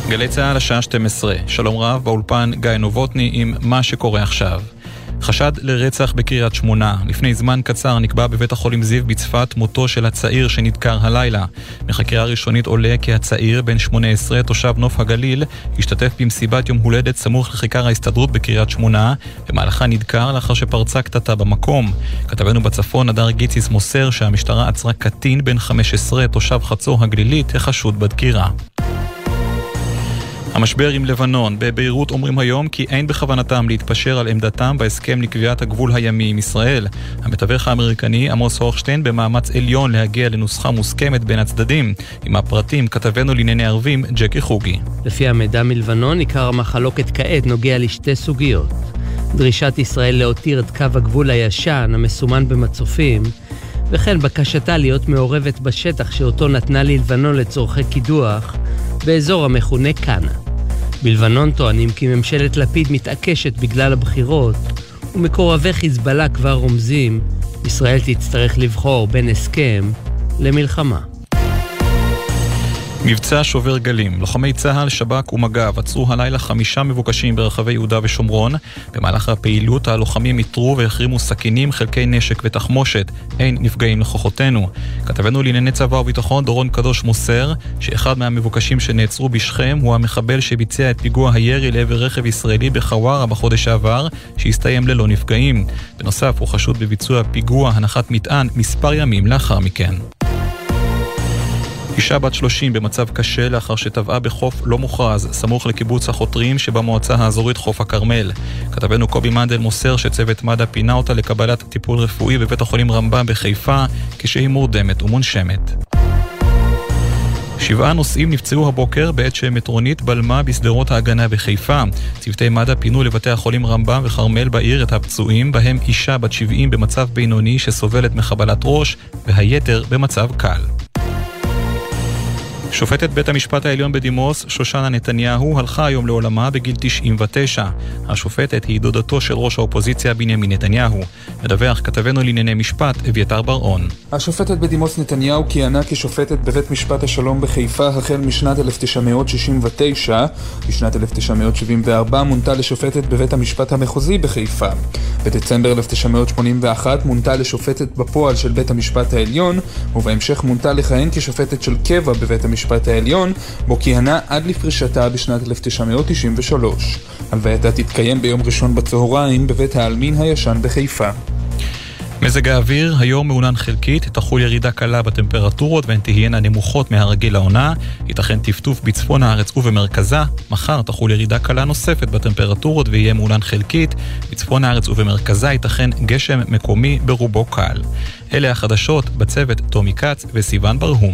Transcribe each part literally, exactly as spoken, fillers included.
גלי צהל השעה שתים עשרה. שלום רב, באולפן גיא נובוטני עם מה שקורה עכשיו. חשד לרצח בקריית שמונה. לפני זמן קצר נקבע בבית החולים זיו בצפת מותו של הצעיר שנדקר הלילה. מחקירה ראשונית עולה כי הצעיר בן שמונה עשרה תושב נוף הגליל השתתף במסיבת יום הולדת סמוך לכיכר ההסתדרות בקריית שמונה, במהלכה נדקר לאחר שפרצה קטטה במקום. כתבנו בצפון הדר גיציס מוסר שהמשטרה עצרה קטין בן חמש עשרה תושב חצור הגלילית החשוד בדקירה. המשבר עם לבנון. בביירות אומרים היום כי אין בכוונתם להתפשר על עמדתם בהסכם לקביעת הגבול הימי עם ישראל. המתווך האמריקני עמוס הוכשטיין במאמץ עליון להגיע לנוסחה מוסכמת בין הצדדים. עם הפרטים כתבנו לענייני ערבים ג'קי חוגי. לפי המידע מלבנון, עיקר המחלוקת כעת נוגע לשתי סוגיות. דרישת ישראל להותיר את קו הגבול הישן המסומן במצופים, וכן בקשתה להיות מעורבת בשטח שאותו נתנה ללבנון לצורכי קידוח באזור המכונה קאנה. בלבנון טוענים כי ממשלת לפיד מתעקשת בגלל הבחירות, ומקורבי חיזבאללה כבר רומזים, ישראל תצטרך לבחור בין הסכם למלחמה. מבצע שובר גלים. לוחמי צהל, שב"כ ומג"ב עצרו הלילה חמישה מבוקשים ברחבי יהודה ושומרון. במהלך הפעילות הלוחמים איתרו והחרימו סכינים, חלקי נשק ותחמושת. אין נפגעים לכוחותינו. כתבנו לענייני צבא וביטחון דורון קדוש מוסר שאחד מהמבוקשים שנעצרו בשכם הוא המחבל שביצע את פיגוע הירי לעבר רכב ישראלי בחווארה בחודש העבר, שהסתיים ללא נפגעים. בנוסף הוא חשוד בביצוע פיגוע הנחת מטען מספר ימים לאחר מכן. אישה בת שלושים במצב קשה לאחר שטבעה בחוף לא מוכרז, סמוך לקיבוץ החותרים שבמועצה האזורית חוף הכרמל. כתבנו קובי מנדל מוסר שצוות מד"א פינה אותה לקבלת טיפול רפואי בבית החולים רמב"ם בחיפה, כשהיא מורדמת ומונשמת. שבעה נוסעים נפצעו הבוקר בעת שמטרונית בלמה בסדרות ההגנה בחיפה. צוותי מד"א פינו לבתי החולים רמב"ם וחרמל בעיר את הפצועים, בהם אישה בת שבעים במצב בינוני שסובלת מחבלת ראש, והיתר במצב קל. שופטת בית המשפט העליון בדימוס, שושנה נתניהו, הלכה היום לעולמה בגיל תשעים ותשע. השופטת היא דודתו של ראש האופוזיציה בנימין נתניהו. מדווח כתבנו לענייני משפט אביתר בר-און. השופטת בדימוס נתניהו כיהנה כשופטת בבית משפט השלום בחיפה החל משנת אלף תשע מאות שישים ותשע. בשנת אלף תשע מאות שבעים וארבע מונתה לשופטת בבית המשפט המחוזי בחיפה. בדצמבר אלף תשע מאות שמונים ואחת מונתה לשופטת בפועל של בית המשפט העליון, ובהמשך מונתה לכהן כשופטת של קבע בבית המשפט המשפט העליון, בו כיהנה עד לפרישתה בשנת אלף תשע מאות תשעים ושלוש. הלווייתה תתקיים ביום ראשון בצהריים בבית העלמין הישן בחיפה. מזג האוויר, היום מעונן חלקית, תחול ירידה קלה בטמפרטורות והן תהיינה נמוכות מהרגיל לעונה, ייתכן טפטוף בצפון הארץ ובמרכזה, מחר תחול ירידה קלה נוספת בטמפרטורות ויהיה מעונן חלקית, בצפון הארץ ובמרכזה ייתכן גשם מקומי ברובו קל. אלה החדשות, בצוות תומי קץ וסיוון ברהום.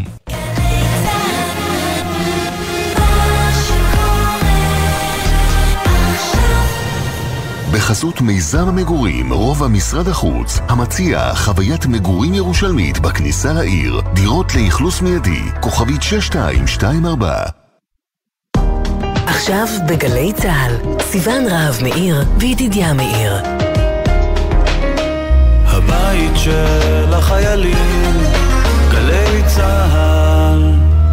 בחסות מיזם המגורים רובע משרד החוץ, המציע חוויית מגורים ירושלמית בכניסה לעיר, דירות לאכלוס מיידי, כוכבית שש שתיים שתיים ארבע. עכשיו בגלי צהל, סיוון רהב מאיר וידידיה מאיר. הבית של החיילים, גלי צהל.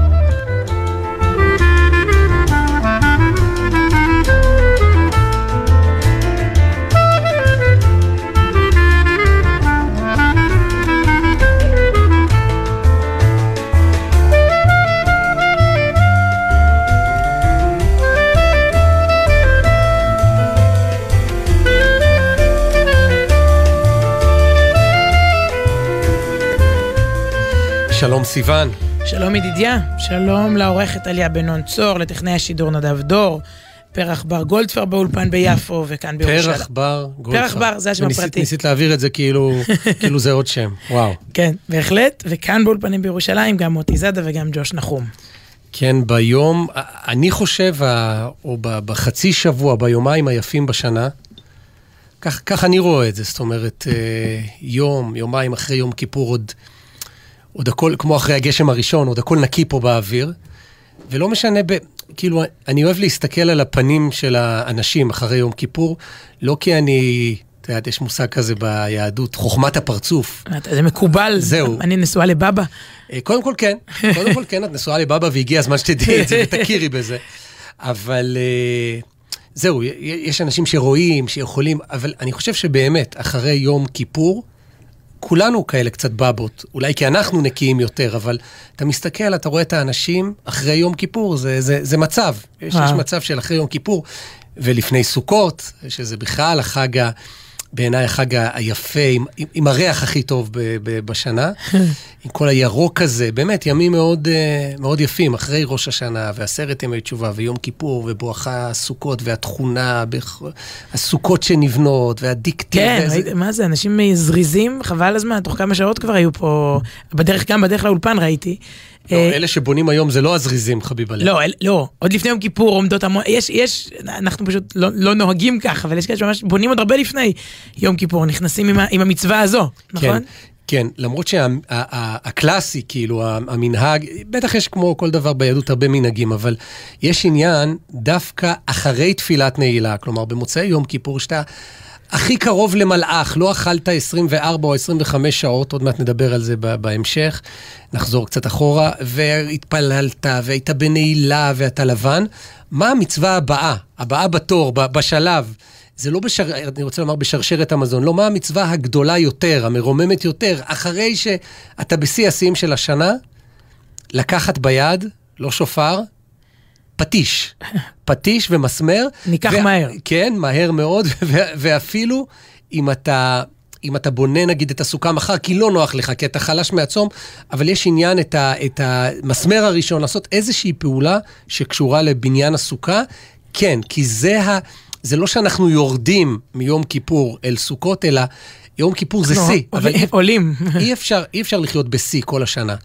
שלום סיוון. שלום ידידיה, שלום לעורכת עליה בנון צור, לטכנאי השידור נדב דור, פרח בר גולדפר באולפן ביפו וכאן בירושלים. פרח בר גולדפר. פרח בר, זה השם הפרטי. ניסית להעביר את זה כאילו, כאילו זה עוד שם, וואו. כן, בהחלט, וכאן באולפנים בירושלים גם מוטי זאדה וגם ג'וש נחום. כן, ביום, אני חושב, או בחצי שבוע, ביומיים היפים בשנה, כך, כך אני רואה את זה, זאת אומרת, יום, יומיים אחרי יום כיפור עוד, עוד הכל, כמו אחרי הגשם הראשון, עוד הכל נקי פה באוויר, ולא משנה, ב, כאילו, אני אוהב להסתכל על הפנים של האנשים אחרי יום כיפור, לא כי אני, אתה יודע, יש מושג כזה ביהדות, חוכמת הפרצוף. זה מקובל, זהו. אני נשואה לבבא. קודם כל כן, קודם כל כן, את נשואה לבבא, והגיע הזמן שתדעי את זה ותכירי בזה. אבל זהו, יש אנשים שרואים, שיכולים, אבל אני חושב שבאמת, אחרי יום כיפור, כולנו כאלה קצת בבות, אולי כי אנחנו נקיים יותר, אבל אתה מסתכל, אתה רואה את האנשים אחרי יום כיפור, זה, זה, זה מצב. יש, יש מצב של אחרי יום כיפור, ולפני סוכות, שזה בכלל החג, בעיניי החג היפה, עם, עם הריח הכי טוב ב, ב, בשנה, עם כל הירוק הזה, באמת ימים מאוד, מאוד יפים, אחרי ראש השנה, ועשרת ימי תשובה, ויום כיפור, ובואכה הסוכות, והתכונה, הסוכות שנבנות, והדיקטים. כן, וזה... ראית, מה זה, אנשים זריזים, חבל הזמן, תוך כמה שעות כבר היו פה, בדרך, גם בדרך לאולפן ראיתי. לא, אלה שבונים היום זה לא הזריזים, חביב עליהם. לא, לא, עוד לפני יום כיפור עומדות המון, יש, יש, אנחנו פשוט לא, לא נוהגים כך, אבל יש כאלה שממש בונים עוד הרבה לפני יום כיפור, נכנסים עם, עם המצווה הזו, נכון? כן, כן, למרות שהקלאסי, כאילו, המנהג, בטח יש כמו כל דבר ביהדות הרבה מנהגים, אבל יש עניין דווקא אחרי תפילת נעילה, כלומר, במוצאי יום כיפור, שאתה הכי קרוב למלאך, לא אכלת עשרים וארבע או עשרים וחמש שעות, עוד מעט נדבר על זה בהמשך, נחזור קצת אחורה, והתפללת, והיית בנעילה, ואתה לבן. מה המצווה הבאה? הבאה בתור, בשלב, זה לא בשר... אני רוצה לומר בשרשרת המזון, לא מה המצווה הגדולה יותר, המרוממת יותר, אחרי שאתה בשיא השיאים של השנה, לקחת ביד, לא שופר, פטיש. פטיש ומסמר. ניקח ו... מהר. כן, מהר מאוד, ו... ואפילו אם אתה, אם אתה בונה נגיד את הסוכה מחר, כי לא נוח לך, כי אתה חלש מעצום, אבל יש עניין את, ה... את המסמר הראשון, לעשות איזושהי פעולה שקשורה לבניין הסוכה, כן, כי זה ה... זה לא שאנחנו יורדים מיום כיפור אל סוכות, אלא יום כיפור זה סי. עולים. אי אפשר, אי אפשר לחיות בסי כל השנה.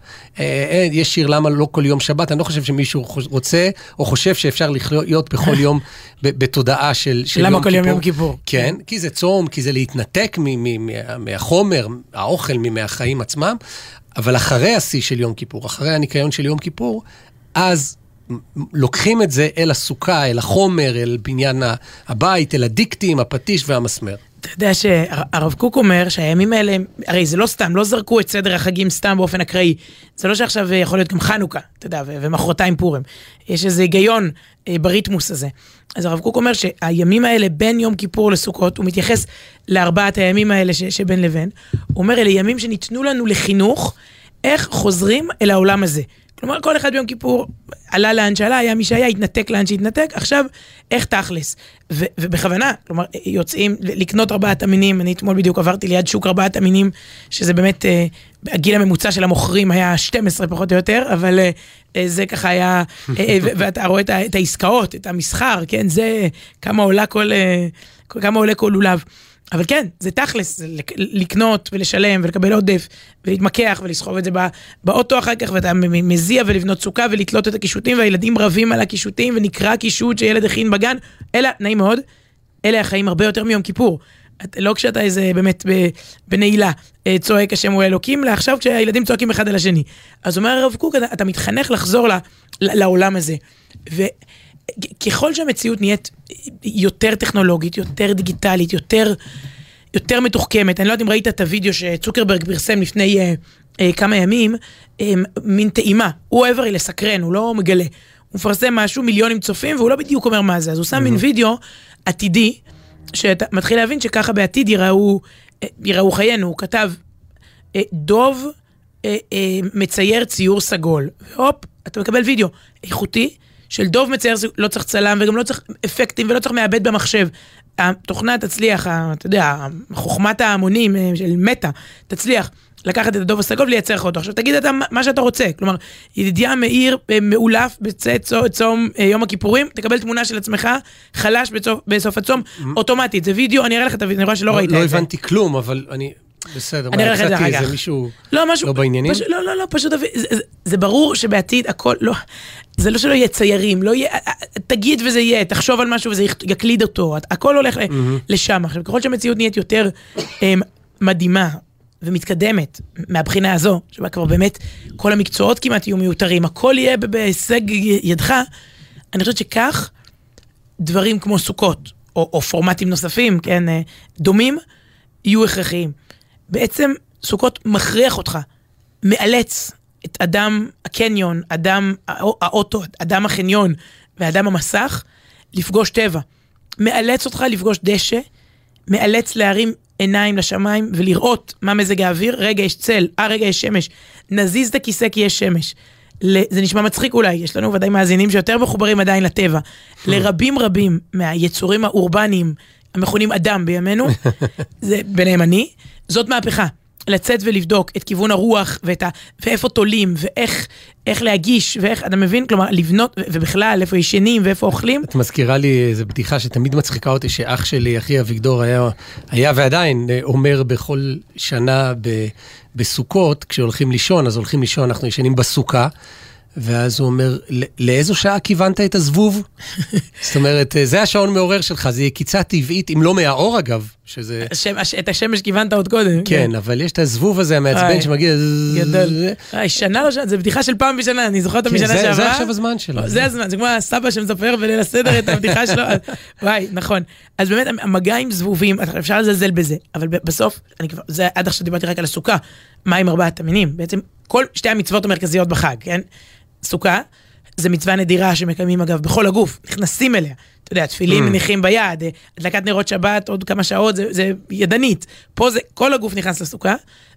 יש שיר למה לא כל יום שבת, אני לא חושב שמישהו רוצה, או חושב שאפשר לחיות בכל יום בתודעה של יום כיפור. למה כל יום יום כיפור? כן, כי זה צום, כי זה להתנתק מהחומר, האוכל, מהחיים עצמם, אבל אחרי הסי של יום כיפור, אחרי הניקיון של יום כיפור, אז לוקחים את זה אל הסוכה, אל החומר, אל בניין הבית, אל הדיקטים, הפטיש והמסמר. אתה יודע שהרב קוק אומר שהימים האלה, הרי זה לא סתם, לא זרקו את סדר החגים סתם באופן אקראי, זה לא שעכשיו יכול להיות גם חנוכה, אתה יודע, ומחרתיים פורים. יש איזה היגיון בריתמוס הזה. אז הרב קוק אומר שהימים האלה בין יום כיפור לסוכות, הוא מתייחס לארבעת הימים האלה ש, שבין לבין, הוא אומר, אלה ימים שניתנו לנו לחינוך, איך חוזרים אל העולם הזה. כלומר, כל אחד ביום כיפור עלה לאן שעלה, היה מי שהיה, התנתק לאן שהתנתק, עכשיו, איך תכלס? ו- ובכוונה, כלומר, יוצאים לקנות ארבעת המינים, אני אתמול בדיוק עברתי ליד שוק ארבעת המינים, שזה באמת, אה, הגיל הממוצע של המוכרים היה שתים עשרה פחות או יותר, אבל אה, זה ככה היה, אה, ו- ואתה רואה את, ה- את העסקאות, את המסחר, כן, זה כמה עולה כל, אה, כמה עולה כל לולב. אבל כן, זה תכלס, זה לקנות ולשלם ולקבל עודף ולהתמקח ולסחוב את זה באוטו אחר כך, ואתה מזיע ולבנות סוכה ולתלות את הקישוטים, והילדים רבים על הקישוטים ונקרא קישוט שילד הכין בגן, אלא, נעים מאוד, אלה החיים הרבה יותר מיום כיפור. לא כשאתה איזה באמת בנעילה צועק השם הוא אלוקים, לעכשיו כשהילדים צועקים אחד על השני. אז אומר הרב קוק, אתה, אתה מתחנך לחזור ל, לעולם הזה. ו... ככל שהמציאות נהיית יותר טכנולוגית, יותר דיגיטלית, יותר, יותר מתוחכמת, אני לא יודעת אם ראית את הוידאו שצוקרברג פרסם לפני אה, אה, כמה ימים, אה, מין טעימה, הוא אוהב הרי לסקרן, הוא לא מגלה, הוא מפרסם משהו, מיליונים צופים, והוא לא בדיוק אומר מה זה, אז הוא שם מין וידאו עתידי, שאתה מתחיל להבין שככה בעתיד יראו, אה, יראו חיינו, הוא כתב, אה, דוב אה, אה, מצייר ציור סגול, והופ, אתה מקבל וידאו איכותי, של דוב מצייר, לא צריך צלם, וגם לא צריך אפקטים, ולא צריך מעבד במחשב. התוכנה תצליח, אתה יודע, חוכמת ההמונים של מטה, תצליח לקחת את הדוב הסגול ולייצר לך אותו. עכשיו תגיד אתה מה שאתה רוצה, כלומר, ידידיה מאיר מאולף בצאת צום יום הכיפורים, תקבל תמונה של עצמך, חלש בסוף הצום, אוטומטית, זה וידאו, אני אראה לך את הוידאו, אני רואה שלא ראית את זה. לא הבנתי כלום, אבל אני... בסדר, אני אראה לך את זה אחר כך. זה מישהו לא, משהו, לא בעניינים? פשוט, לא, לא, לא, פשוט, זה, זה, זה ברור שבעתיד הכל, לא, זה לא שלא יהיה ציירים, לא יהיה, תגיד וזה יהיה, תחשוב על משהו וזה יקליד אותו, הכל הולך mm-hmm. לשם. עכשיו, ככל שהמציאות נהיית יותר הם, מדהימה ומתקדמת מהבחינה הזו, שבה כבר באמת כל המקצועות כמעט יהיו מיותרים, הכל יהיה בהישג ידך, אני חושבת שכך דברים כמו סוכות, או, או פורמטים נוספים, כן, דומים, יהיו הכרחיים. בעצם סוכות מכריח אותך, מאלץ את אדם הקניון, אדם האוטו, אדם החניון, ואדם המסך, לפגוש טבע. מאלץ אותך לפגוש דשא, מאלץ להרים עיניים לשמיים ולראות מה מזג האוויר, רגע יש צל, אה רגע יש שמש, נזיז את הכיסא כי יש שמש. זה נשמע מצחיק אולי, יש לנו ודאי מאזינים שיותר מחוברים עדיין לטבע. לרבים רבים מהיצורים האורבניים, המכונים אדם בימינו, זה ביניהם אני, זאת מהפכה. לצאת ולבדוק את כיוון הרוח, ואת ה... ואיפה תולים, ואיך איך להגיש, ואיך, אתה מבין? כלומר, לבנות, ובכלל, איפה ישנים, ואיפה אוכלים. את מזכירה לי איזו בדיחה שתמיד מצחיקה אותי, שאח שלי, אחי אביגדור, היה, היה ועדיין אומר בכל שנה ב, בסוכות, כשהולכים לישון, אז הולכים לישון, אנחנו ישנים בסוכה, ואז הוא אומר, לאיזו שעה כיוונת את הזבוב? זאת אומרת, זה השעון מעורר שלך, זה יקיצה טבעית, אם לא מהאור אגב, שזה... את השמש כיוונת עוד קודם. כן, אבל יש את הזבוב הזה, המעצבן שמגיע... גדול. שנה לא שנה, זה בדיחה של פעם בשנה, אני זוכרת משנה שעברה. זה עכשיו הזמן שלו. זה הזמן, זה כמו הסבא שמספר בליל הסדר את הבדיחה שלו. וואי, נכון. אז באמת, המגע עם זבובים, אפשר לזלזל בזה, אבל בסוף, זה עד עכשיו דיברתי רק על הסוכה, מה עם ארבעת המינים? בעצם כל שתי המצוות המרכזיות בחג, כן? סוכה, זה מצווה נדירה שמקיימים אגב בכל הגוף, נכנסים אליה, אתה יודע, תפילים מניחים ביד, הדלקת נרות שבת, עוד כמה שעות, זה, זה ידנית, פה זה, כל הגוף נכנס לסוכה,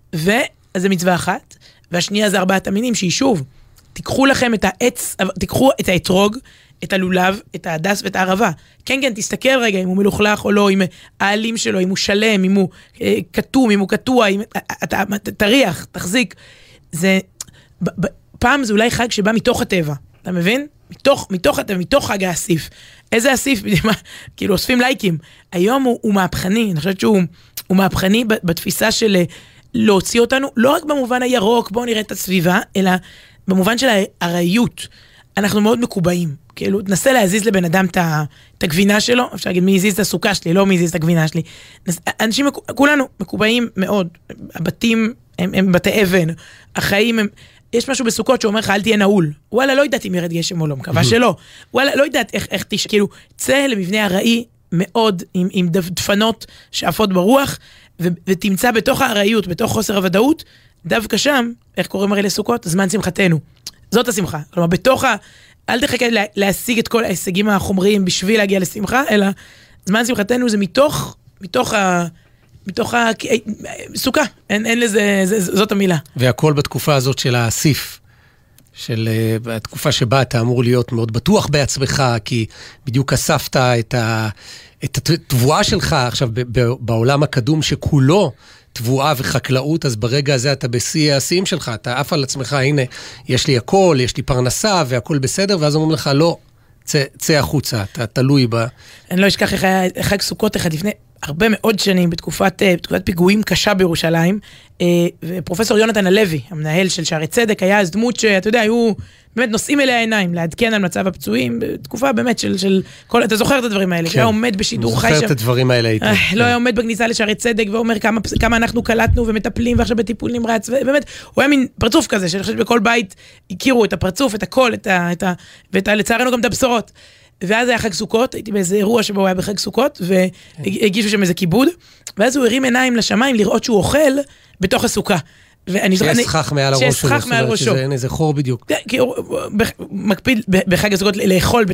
וזה מצווה אחת, והשנייה זה ארבעת המינים, שהיא שוב, תיקחו לכם את העץ, תיקחו את האתרוג, את הלולב, את ההדס ואת הערבה, כן כן, תסתכל רגע אם הוא מלוכלך או לא, אם העלים שלו, אם הוא שלם, אם הוא אה, כתום, אם הוא קטוע, אם, אתה, תריח, תחזיק, זה, ב, ב, פעם זה אולי חג שבא מתוך הטבע, אתה מבין? מתוך, מתוך הטבע, מתוך חג האסיף. איזה אסיף? כאילו, אוספים לייקים. היום הוא, הוא מהפכני, אני חושבת שהוא הוא מהפכני בתפיסה של להוציא אותנו, לא רק במובן הירוק, בואו נראה את הסביבה, אלא במובן של הראיות. אנחנו מאוד מקובעים. כאילו, תנסה להזיז לבן אדם את הגבינה שלו, אפשר להגיד, מי הזיז את הסוכה שלי, לא מי הזיז את הגבינה שלי. אנשים, כולנו מקובעים מאוד. הבתים הם, הם בתי אבן, החיים הם... יש משהו בסוכות שאומר לך, אל תהיה נעול. וואלה, לא יודעת אם ירד גשם או לא, מקווה שלא. וואלה, לא יודעת איך, איך תש... כאילו, צא למבנה הראי מאוד, עם, עם דפנות שעפות ברוח, ו, ותמצא בתוך הראיות, בתוך חוסר הוודאות, דווקא שם, איך קוראים הרי לסוכות? זמן שמחתנו. זאת השמחה. כלומר, בתוך ה... אל תחכה לה, להשיג את כל ההישגים החומריים בשביל להגיע לשמחה, אלא זמן שמחתנו זה מתוך, מתוך ה... מתוך הסוכה, אין, אין לזה, זה, זאת המילה. והכל בתקופה הזאת של האסיף, של התקופה שבה אתה אמור להיות מאוד בטוח בעצמך, כי בדיוק אספת את, ה, את התבואה שלך, עכשיו בעולם הקדום שכולו תבואה וחקלאות, אז ברגע הזה אתה בשיא העשיים שלך, אתה עף על עצמך, הנה, יש לי הכל, יש לי פרנסה והכל בסדר, ואז אומרים לך, לא, צא, צא החוצה, אתה תלוי בה. אני לא אשכח איך היה חג סוכות אחד לפני... הרבה מאוד שנים, בתקופת, בתקופת פיגועים קשה בירושלים, ופרופסור יונתן הלוי, המנהל של שערי צדק, היה אז דמות שאתה יודע, היו באמת נושאים אליה העיניים, לעדכן על מצב הפצועים, בתקופה באמת של, של כל, אתה זוכר את הדברים האלה, היה עומד בשידור חי שם. זוכר את הדברים האלה איתי. לא היה עומד בכניסה לשערי צדק, ואומר כמה, כמה אנחנו קלטנו ומטפלים, ועכשיו בטיפול נמרץ, ובאמת, הוא היה מין פרצוף כזה, שאני חושבת בכל בית הכירו את הפרצוף, את הכל, את ה, את ה, ואת ה, לצערנו גם את הבשורות. ואז היה חג סוכות, הייתי באיזה אירוע שבו הוא היה בחג סוכות, והגישו שם איזה כיבוד, ואז הוא הרים עיניים לשמיים לראות שהוא אוכל בתוך הסוכה. שיש סכך מעל הראש שלו, זאת אומרת שזה איזה חור בדיוק. כי הוא מקפיד בחג הסוכות לאכול,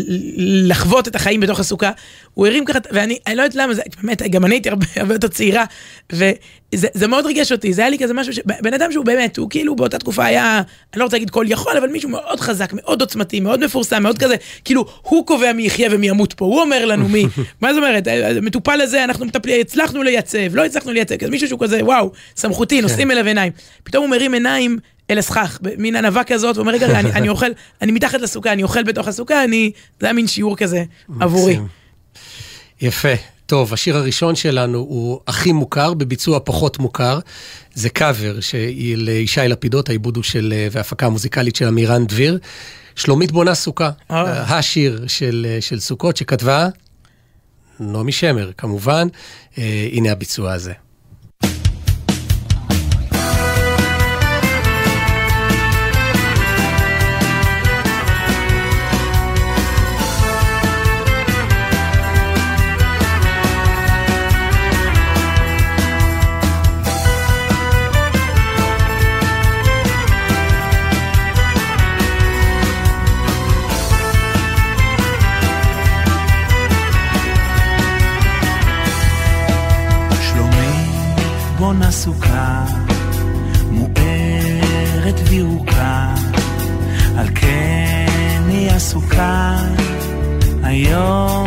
לחוות את החיים בתוך הסוכה, הוא הרים ככה, ואני לא יודעת למה, באמת, גם אני הייתי הרבה יותר צעירה, וזה מאוד ריגש אותי, זה היה לי כזה משהו, בן אדם שהוא באמת, הוא כאילו באותה תקופה היה, אני לא רוצה להגיד כל יכול, אבל מישהו מאוד חזק, מאוד עוצמתי, מאוד מפורסם, מאוד כזה, כאילו, הוא קובע מי יחיה ומי ימות פה, הוא אומר לנו מי, מה זאת אומרת, מטופל הזה, אנחנו מטפלים, הצלחנו לייצב, לא הצלחנו לייצב, אז מישהו שהוא כזה, וואו, סמכותי, נושאים אליו עיניים. פתאום הוא מרים עיניים אל הסכך, מין ענווה כזאת, ואומר, רגע, אני, אני אוכל, אני מתחת לסוכה, אני אוכל בתוך הסוכה, אני, זה היה מין שיעור כזה עבורי. יפה. טוב, השיר הראשון שלנו הוא הכי מוכר, בביצוע פחות מוכר. זה קאבר של ישי לפידות, העיבוד הוא של, וההפקה המוזיקלית של אמירן דביר. שלומית בונה סוכה, השיר של, של סוכות שכתבה נעמי שמר, כמובן. הנה הביצוע הזה. בונה סוכה מוארת וירוקה, על כן היא עסוקה היום.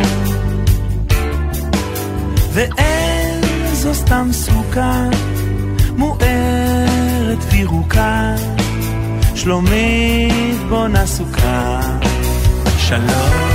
ואין זו סתם סוכה מוארת וירוקה, שלומית בונה סוכה שלום.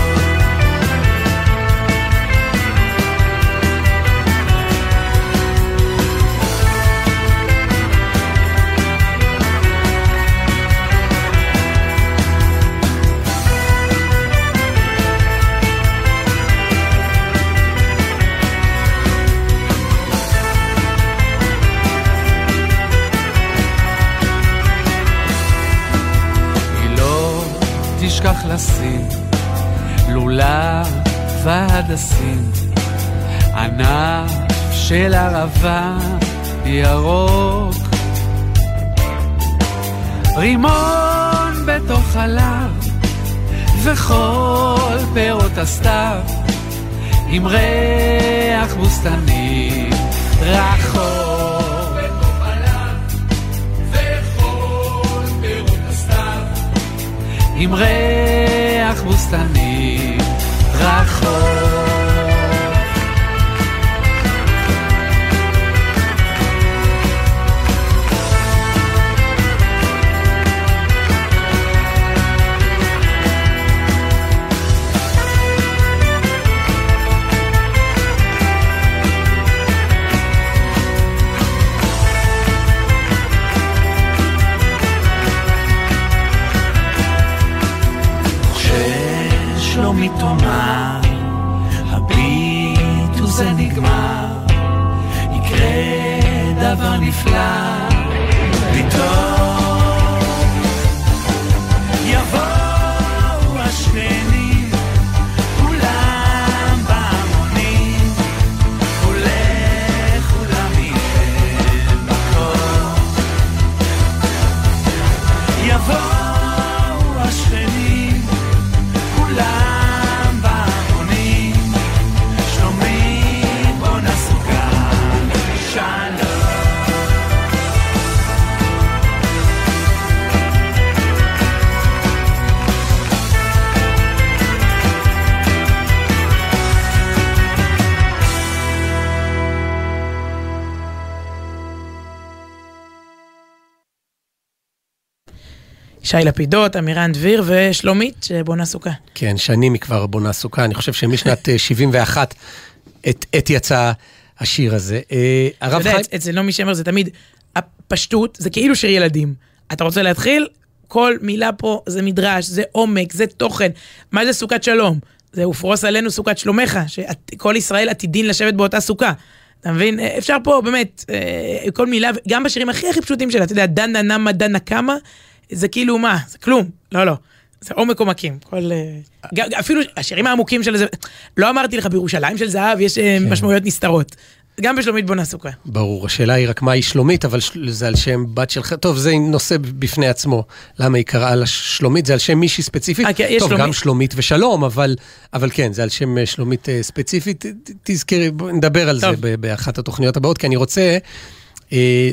תשכח לשים לולה והדסים, ענף של ערבה ירוק, רימון בתוך חלב וכל פירות הסתיו, עם ריח בוסתני רחוק. עם ריח בוסתני רחוק. שלומית תאמר, הביט וזה נגמר, יקרה דבר נפלא, פתאום יבואו השכנים, כולם בהמונים, הולך כולם יהיה מקום, יבואו השכנים, כולם שי לפידות, אמירן דביר ושלומית שבונה סוכה. כן, שנים היא כבר בונה סוכה, אני חושב שמשנת שבעים ואחת את, את יצא השיר הזה. אתה יודע, חי... אצל נעמי שמר זה תמיד, הפשטות זה כאילו שיר ילדים. אתה רוצה להתחיל? כל מילה פה זה מדרש, זה עומק, זה תוכן. מה זה סוכת שלום? זה ופרוס עלינו סוכת שלומך, שכל ישראל עתידין לשבת באותה סוכה. אתה מבין? אפשר פה באמת, כל מילה, גם בשירים הכי הכי פשוטים שלה, אתה יודע, דנה נמה דנה כמה, זה כאילו מה? זה כלום. לא, לא. זה עומק עומקים. כל, אפילו השירים העמוקים של זה, לא אמרתי לך, בירושלים של זהב יש כן. משמעויות נסתרות. גם בשלומית בונה סוכה. ברור, השאלה היא רק מה היא שלומית, אבל זה על שם בת שלך. טוב, זה נושא בפני עצמו. למה היא קראה לה שלומית? זה על שם מישהי ספציפית. 아, טוב, שלומית. גם שלומית ושלום, אבל, אבל כן, זה על שם שלומית ספציפית. תזכרי, נדבר על טוב. זה באחת התוכניות הבאות, כי אני רוצה אה,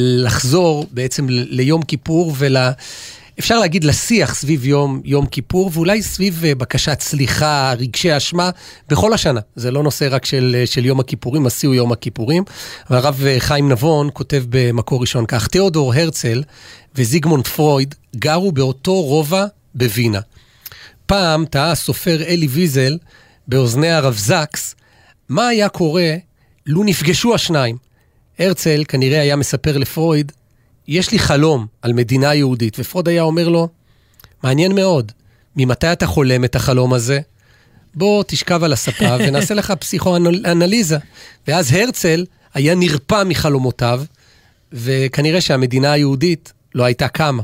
לחזור בעצם ליום כיפור ול... אפשר להגיד לשיח סביב יום, יום כיפור, ואולי סביב בקשת סליחה, רגשי אשמה, בכל השנה. זה לא נושא רק של, של יום הכיפורים, עשיהו יום הכיפורים. אבל הרב חיים נבון כותב במקור ראשון כך, תיאודור הרצל וזיגמונד פרויד גרו באותו רובע בווינה. פעם טעה הסופר אלי ויזל באוזני הרב זקס, מה היה קורה לו נפגשו השניים? הרצל כנראה היה מספר לפרויד, יש לי חלום על מדינה יהודית, ופרוד היה אומר לו, מעניין מאוד, ממתי אתה חולם את החלום הזה? בוא תשכב על הספה ונעשה לך פסיכואנליזה. ואז הרצל היה נרפא מחלומותיו, וכנראה שהמדינה היהודית לא הייתה קמה.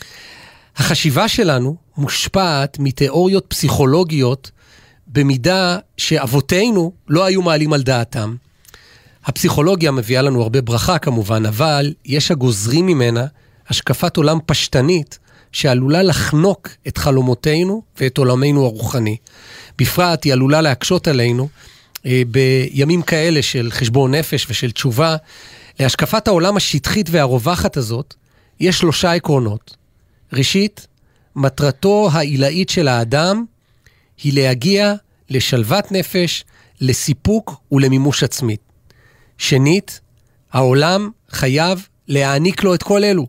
החשיבה שלנו מושפעת מתיאוריות פסיכולוגיות, במידה שאבותינו לא היו מעלים על דעתם. הפסיכולוגיה מביאה לנו הרבה ברכה כמובן, אבל יש הגוזרים ממנה השקפת עולם פשטנית שעלולה לחנוק את חלומותינו ואת עולמנו הרוחני. בפרט היא עלולה להקשות עלינו אה, בימים כאלה של חשבון נפש ושל תשובה, להשקפת העולם השטחית והרווחת הזאת, יש שלושה עקרונות. ראשית, מטרתו העילאית של האדם היא להגיע לשלוות נפש, לסיפוק ולמימוש עצמית. שנית, העולם חייב להעניק לו את כל אלו.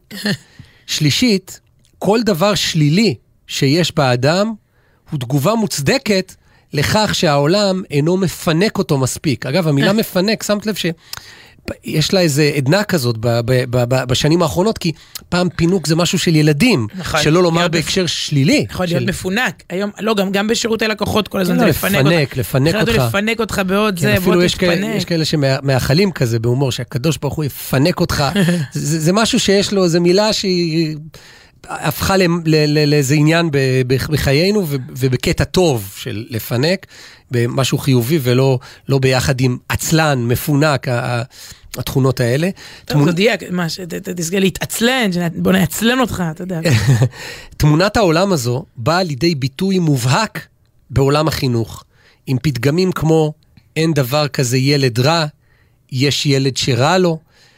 שלישית, כל דבר שלילי שיש באדם הוא תגובה מוצדקת לכך שהעולם אינו מפנק אותו מספיק. אגב, המילה מפנק, שמת לב שיש לה איזה עדנה כזאת ב- ב- ב- בשנים האחרונות, כי פעם פינוק זה משהו של ילדים, שלא לומר בהקשר שלילי. יכול להיות מפונק. היום, לא, גם, גם בשירותי לקוחות כל הזמן כן, זה לפנק, לפנק, לפנק אותך. לפנק אותך בעוד כן, זה, בוא יש כאלה, תתפנק. יש כאלה שמאחלים כזה בהומור, שהקדוש ברוך הוא יפנק אותך. זה, זה משהו שיש לו, זו מילה שהיא הפכה ל- ל- ל- לאיזה עניין ב- ב- בחיינו, ו- ובקטע טוב של לפנק, במשהו חיובי ולא לא ביחד עם עצלן, מפונק, ה- התכונות האלה. טוב, תודיע, תסגר להתעצלן, בוא נעצלן אותך, אתה יודע. תמונת העולם הזו באה לידי ביטוי מובהק בעולם החינוך, עם פתגמים כמו אין דבר כזה ילד רע, יש ילד שרע לו,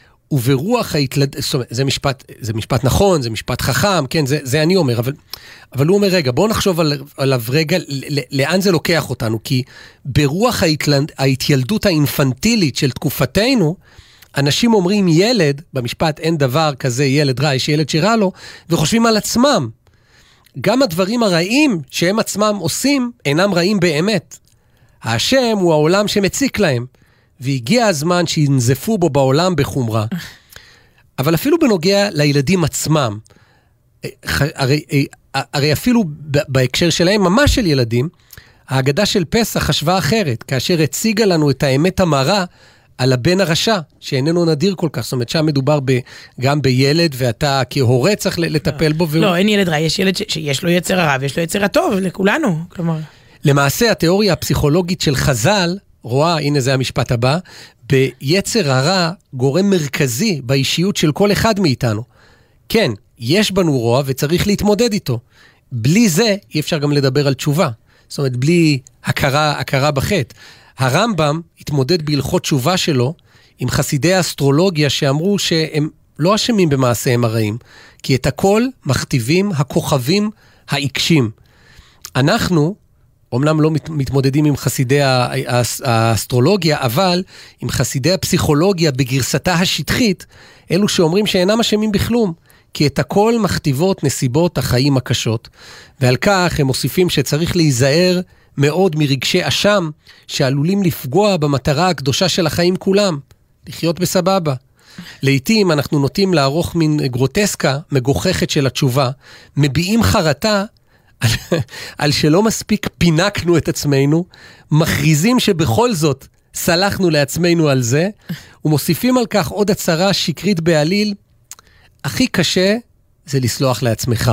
וברוח ההתלד... זאת אומרת, זה משפט, זה משפט נכון, זה משפט חכם, כן, זה, זה אני אומר, אבל, אבל הוא אומר, רגע, בואו נחשוב על, עליו רגע, לאן זה לוקח אותנו, כי ברוח ההתלד... ההתילדות האינפנטילית של תקופתנו, אנשים אומרים ילד, במשפט אין דבר כזה ילד רע, יש ילד שרע לו, וחושבים על עצמם. גם הדברים הרעים שהם עצמם עושים, אינם רעים באמת. השם הוא העולם שמציק להם. והגיע הזמן שינזפו בו בעולם בחומרה. אבל אפילו בנוגע לילדים עצמם, הרי, הרי אפילו בהקשר שלהם, ממש של ילדים, ההגדה של פסח חשבה אחרת, כאשר הציגה לנו את האמת המרה על הבן הרשע, שאיננו נדיר כל כך. זאת אומרת, שם מדובר ב, גם בילד, ואתה כהורה צריך לטפל בו. והוא... לא, אין ילד רע, יש ילד ש, שיש לו יצר הרע, ויש לו יצר הטוב, לכולנו. כלומר... למעשה, התיאוריה הפסיכולוגית של חז"ל, רואה, הנה זה המשפט הבא, ביצר הרע גורם מרכזי באישיות של כל אחד מאיתנו. כן, יש בנו רוע וצריך להתמודד איתו. בלי זה אי אפשר גם לדבר על תשובה. זאת אומרת, בלי הכרה, הכרה בחטא. הרמב"ם התמודד בהלכות תשובה שלו עם חסידי האסטרולוגיה שאמרו שהם לא אשמים במעשיהם הרעים, כי את הכל מכתיבים הכוכבים העיקשים. אנחנו אומנם לא מתמודדים עם חסידי האסטרולוגיה, אבל עם חסידי הפסיכולוגיה בגרסתה השטחית, אלו שאומרים שאינם אשמים בכלום, כי את הכל מכתיבות נסיבות החיים הקשות. ועל כך הם מוסיפים שצריך להיזהר מאוד מרגשי אשם, שעלולים לפגוע במטרה הקדושה של החיים כולם, לחיות בסבבה. לעתים אנחנו נוטים לערוך מין גרוטסקה מגוחכת של התשובה, מביעים חרטה, על, על שלא מספיק פינקנו את עצמנו, מכריזים שבכל זאת סלחנו לעצמנו על זה, ומוסיפים על כך עוד הצהרה שקרית בעליל, הכי קשה זה לסלוח לעצמך.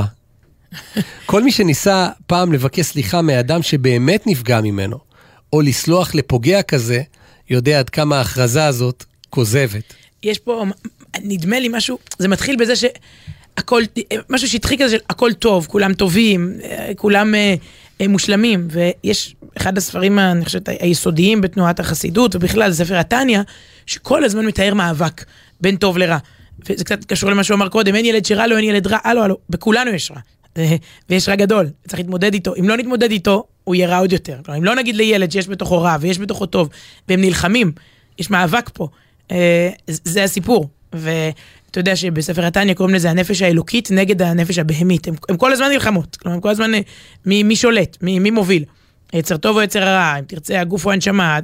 כל מי שניסה פעם לבקש סליחה מאדם שבאמת נפגע ממנו, או לסלוח לפוגע כזה, יודע עד כמה ההכרזה הזאת כוזבת. יש פה, נדמה לי משהו, זה מתחיל בזה ש... הכל, משהו שטחי כזה של הכל טוב, כולם טובים, כולם אה, אה, מושלמים, ויש אחד הספרים, אני חושבת, היסודיים בתנועת החסידות, ובכלל, זה ספר התניא, שכל הזמן מתאר מאבק בין טוב לרע. וזה קצת קשור למה שהוא אמר קודם, אין ילד שרע לו, אין ילד רע, הלו, הלו, בכולנו יש רע. ויש רע גדול, צריך להתמודד איתו. אם לא נתמודד איתו, הוא יהיה רע עוד יותר. כלומר, אם לא נגיד לילד שיש בתוכו רע, ויש בתוכו טוב, והם נלחמים, יש מאבק פה. אה, זה הסיפור. ואתה יודע שבספר התניא קוראים לזה הנפש האלוקית נגד הנפש הבהמית. הם, הם כל הזמן נלחמות, כלומר, הם כל הזמן מי, מי שולט, מי, מי מוביל. יצר טוב או יצר הרע, אם תרצה, הגוף או הנשמה,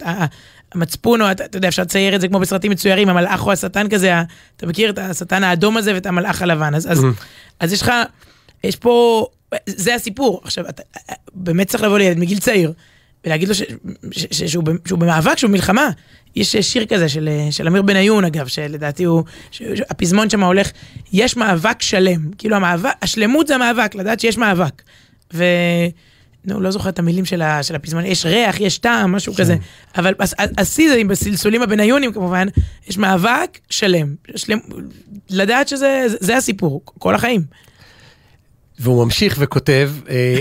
המצפון או, אתה, אתה יודע, אפשר לצייר את זה כמו בסרטים מצוירים, המלאך או השטן כזה, אתה מכיר את השטן האדום הזה ואת המלאך הלבן. אז, אז, אז יש לך, יש פה, זה הסיפור. עכשיו, אתה, באמת צריך לבוא לילד מגיל צעיר, ולהגיד לו ש, ש, ש, שהוא, שהוא במאבק, שהוא מלחמה. יש שיר כזה של, של אמיר בניון, אגב, שלדעתי הוא, הפזמון שם הולך, יש מאבק שלם, כאילו המאבק, השלמות זה המאבק, לדעת שיש מאבק. ו... נו, לא זוכר את המילים של, ה, של הפזמון, יש ריח, יש טעם, משהו כזה. אבל עשי זה, בסלסולים הבניונים כמובן, יש מאבק שלם. שלם, לדעת שזה זה הסיפור, כל החיים. והוא ממשיך וכותב,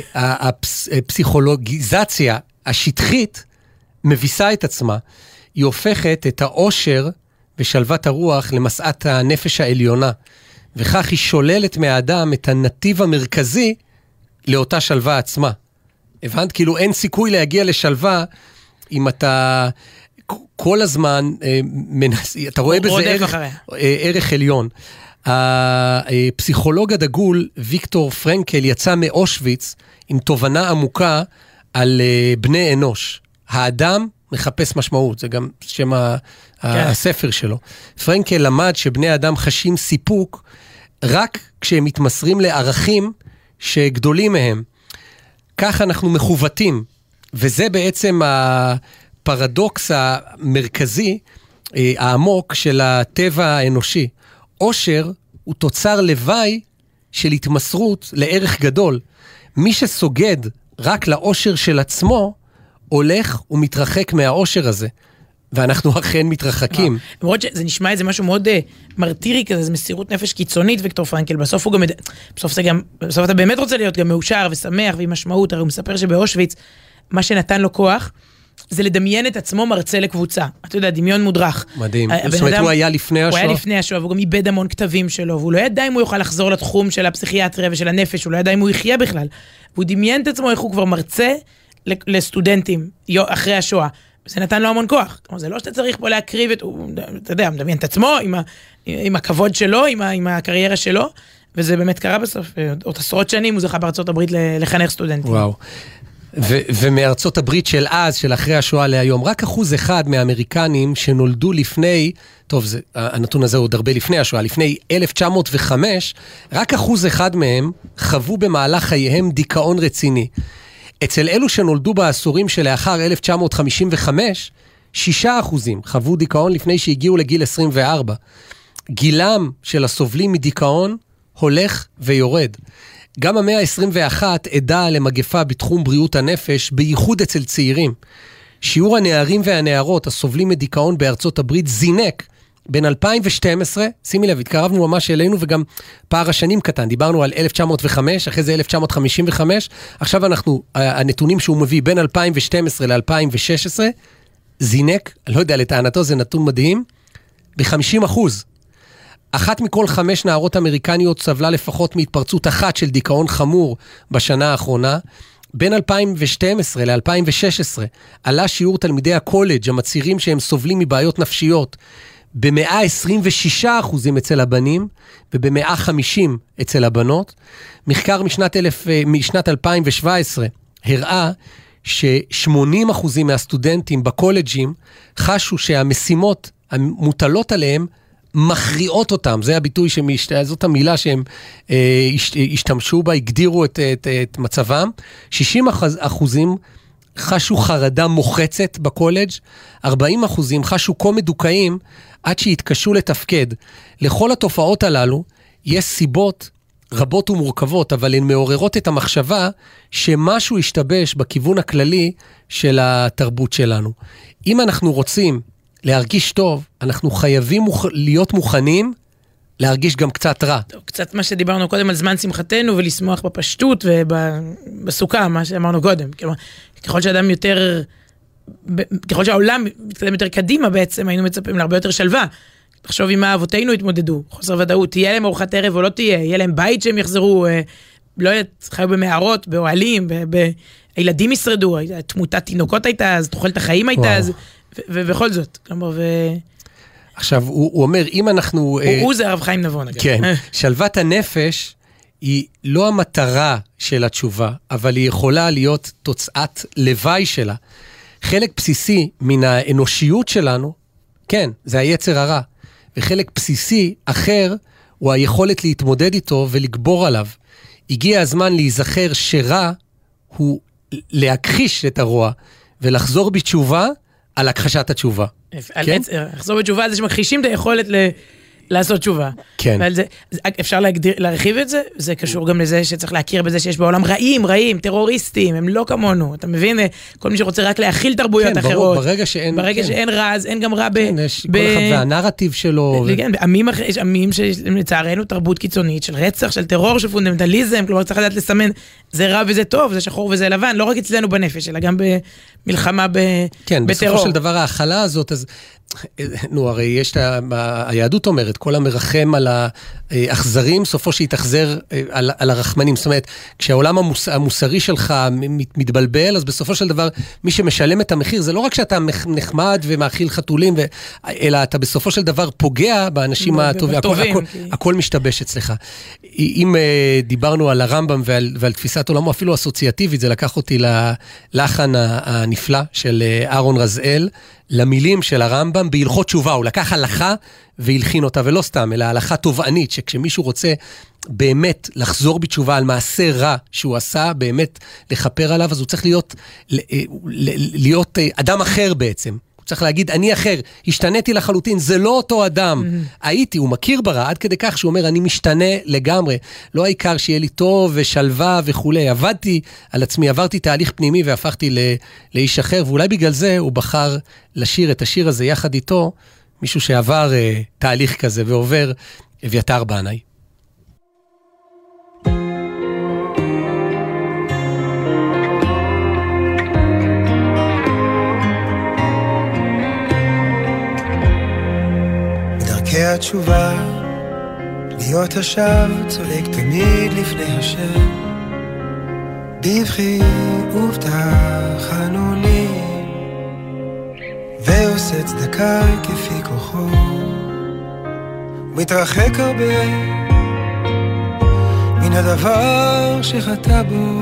הפסיכולוגיזציה השטחית מביסה את עצמה, היא הופכת את האושר ושלוות הרוח למסעת הנפש העליונה, וכך היא שוללת מהאדם את הנתיב המרכזי לאותה שלווה עצמה. הבנת? כאילו אין סיכוי להגיע לשלווה אם אתה כל הזמן מנס... אתה רואה בזה ערך, ערך עליון. הפסיכולוג הדגול ויקטור פרנקל יצא מאושוויץ עם תובנה עמוקה על בני אנוש. האדם מחפש משמעות, זה גם שם הספר שלו. פרנקל למד שבני האדם חשים סיפוק רק כשהם מתמסרים לערכים שגדולים מהם. כך אנחנו מחוותים, וזה בעצם הפרדוקס המרכזי, העמוק של הטבע האנושי. עושר הוא תוצר לוואי של התמסרות לערך גדול. מי שסוגד רק לעושר של עצמו, הולך ומתרחק מהעושר הזה. ואנחנו אכן מתרחקים. למרות שזה נשמע איזה משהו מאוד מרטירי כזה, זה מסירות נפש קיצונית, ויקטור פרנקל. בסוף הוא גם, בסוף זה גם, בסוף אתה באמת רוצה להיות גם מאושר ושמח ועם משמעות. הרי הוא מספר שבאושוויץ, מה שנתן לו כוח, זה לדמיין את עצמו מרצה לקבוצה. אתה יודע, דמיון מודרך. מדהים. זאת אומרת, הוא היה לפני השואה? הוא היה לפני השואה, והוא גם איבד המון כתבים שלו, והוא לא ידע אם הוא יוכל לחזור לתחום של הפסיכיאטריה ושל הנפש, הוא לא ידע אם הוא יחיה בכלל. והוא דמיין את עצמו איך הוא כבר מרצה לסטודנטים אחרי השואה. זה נתן לו המון כוח. כלומר, זה לא שאתה צריך פה להקריב את, הוא, אתה יודע, מדמיין את עצמו עם, ה, עם הכבוד שלו, עם, ה, עם הקריירה שלו, וזה באמת קרה בסוף. עוד עשרות שנים הוא זכה בארצות הברית לחנך סטודנטים. וואו. ו- ומארצות הברית של אז, של אחרי השואה להיום, רק אחוז אחד מהאמריקנים שנולדו לפני, טוב, זה, הנתון הזה עוד הרבה לפני השואה, לפני אלף תשע מאות וחמש, רק אחוז אחד מהם חוו במהלך חייהם דיכאון רציני. אצל אלו שנולדו בעשורים שלאחר אלף תשע מאות חמישים וחמש, שישה אחוזים חוו דיכאון לפני שהגיעו לגיל עשרים וארבע. גילם של הסובלים מדיכאון הולך ויורד. גם המאה ה-עשרים ואחת עדה למגפה בתחום בריאות הנפש, בייחוד אצל צעירים. שיעור הנערים והנערות הסובלים מדיכאון בארצות הברית זינק בין אלפיים ושתים עשרה, שימי לב, התקרבנו ממש אלינו וגם פער השנים קטן, דיברנו על אלף תשע מאות וחמש, אחרי זה אלף תשע מאות חמישים וחמש, עכשיו אנחנו, הנתונים שהוא מביא בין אלפיים ושתים עשרה ל-אלפיים ושש עשרה, זינק, לא יודע, לטענתו זה נתון מדהים, ב-חמישים אחוז. אחת מכל חמש נערות אמריקניות סבלה לפחות מהתפרצות אחת של דיכאון חמור בשנה האחרונה. בין אלפיים ושתים עשרה ל-אלפיים ושש עשרה עלה שיעור תלמידי הקולג' המצהירים שהם סובלים מבעיות נפשיות ב-מאה עשרים ושישה אחוזים אצל הבנים וב-מאה וחמישים אצל הבנות. מחקר משנת, אלף, משנת אלפיים ושבע עשרה הראה ש-שמונים אחוזים מהסטודנטים בקולג'ים חשו שהמשימות המוטלות עליהם מכריעות אותם, זה הביטוי, שמשת... זאת המילה שהם אה, השתמשו בה, הגדירו את, את, את מצבם. שישים אחוזים חשו חרדה מוחצת בקולג', ארבעים אחוזים חשו כה מדוכאים עד שהתקשו לתפקד. לכל התופעות הללו יש סיבות רבות ומורכבות, אבל הן מעוררות את המחשבה שמשהו ישתבש בכיוון הכללי של התרבות שלנו. אם אנחנו רוצים להרגיש טוב, אנחנו חייבים מוכ... להיות מוכנים להרגיש גם קצת רע. טוב, קצת מה שדיברנו קודם על זמן שמחתנו, ולשמוח בפשטות ובסוכה, מה שאמרנו קודם. כלומר, ככל שאדם יותר, ככל שהעולם מתקדם יותר קדימה בעצם, היינו מצפים להרבה יותר שלווה. תחשוב עם מה אבותינו התמודדו, חוסר ודאות, תהיה להם ארוחת ערב או לא תהיה, יהיה להם בית שהם יחזרו, לא יודעת, חיו במערות, באוהלים, ב... ב... הילדים ישרדו, תמותת תינוקות הייתה אז, תוחלת החיים הייתה אז, ובכל זאת, כלומר, ו... עכשיו, הוא, הוא אומר, אם אנחנו... הוא, uh, הוא זה הרב חיים נבון, אגב. כן, שלוות הנפש היא לא המטרה של התשובה, אבל היא יכולה להיות תוצאת לוואי שלה. חלק בסיסי מן האנושיות שלנו, כן, זה היצר הרע, וחלק בסיסי אחר הוא היכולת להתמודד איתו ולגבור עליו. הגיע הזמן להיזכר שרע הוא להכחיש את הרוע, ולחזור בתשובה על הכחשת התשובה. כן? לחזור בתשובה זה שמכחישים את היכולת ל... לעשות תשובה. כן. זה, אפשר להגדיר, להרחיב את זה, זה קשור גם לזה שצריך להכיר בזה שיש בעולם רעים, רעים, טרוריסטים, הם לא כמונו, אתה מבין? כל מי שרוצה רק להכיל תרבויות כן, אחרות. ברור, ברגע שאין... ברגע כן. שאין רע, אז אין גם רע ב... כן, יש ב... כל אחד והנרטיב שלו. כן, עמים, יש עמים שלצערנו תרבות קיצונית, של רצח, של טרור, של פונדמנטליזם, כלומר צריך לדעת לסמן, זה רע וזה טוב, זה שחור וזה לבן, לא רק אצלנו בנפש, אלא גם במלחמה ב... כן, בטרור. בסופו של דבר ההכלה הזאת, אז נו, הרי יש, היהדות אומרת, כל המרחם על האכזרים, סופו שיתאכזר על, על הרחמנים. זאת אומרת, כשהעולם המוס, המוסרי שלך מתבלבל, אז בסופו של דבר, מי שמשלם את המחיר, זה לא רק שאתה נחמד ומאכיל חתולים, ו... אלא אתה בסופו של דבר פוגע באנשים הטובים, הכל, הכל, הכל משתבש אצלך. אם דיברנו על הרמב"ם ועל, ועל תפיסת עולמו, אפילו אסוציאטיבית, זה לקח אותי ללחן הנפלא של אהרון רזאל, למילים של הרמב"ם בהלכות תשובה, הוא לקח הלכה והלחין אותה, ולא סתם, אלא הלכה תובענית, שכשמישהו רוצה באמת לחזור בתשובה על מעשה רע שהוא עשה, באמת לחפר עליו, אז הוא צריך להיות, להיות אדם אחר בעצם. הוא צריך להגיד, אני אחר, השתניתי לחלוטין, זה לא אותו אדם. הייתי, הוא מכיר ברע, עד כדי כך שהוא אומר, אני משתנה לגמרי. לא העיקר שיהיה לי טוב ושלווה וכו'. עבדתי על עצמי, עברתי תהליך פנימי והפכתי לאיש אחר, ואולי בגלל זה הוא בחר לשיר את השיר הזה יחד איתו, מישהו שעבר uh, תהליך כזה ועובר אביתר בנאי. בדרכי התשובה, להיות השב צועק תמיד לפני השם, בבכי ובתחנוני, ועושה צדקה כפי כוחו, מתרחק הרבה מן הדבר שחטא בו,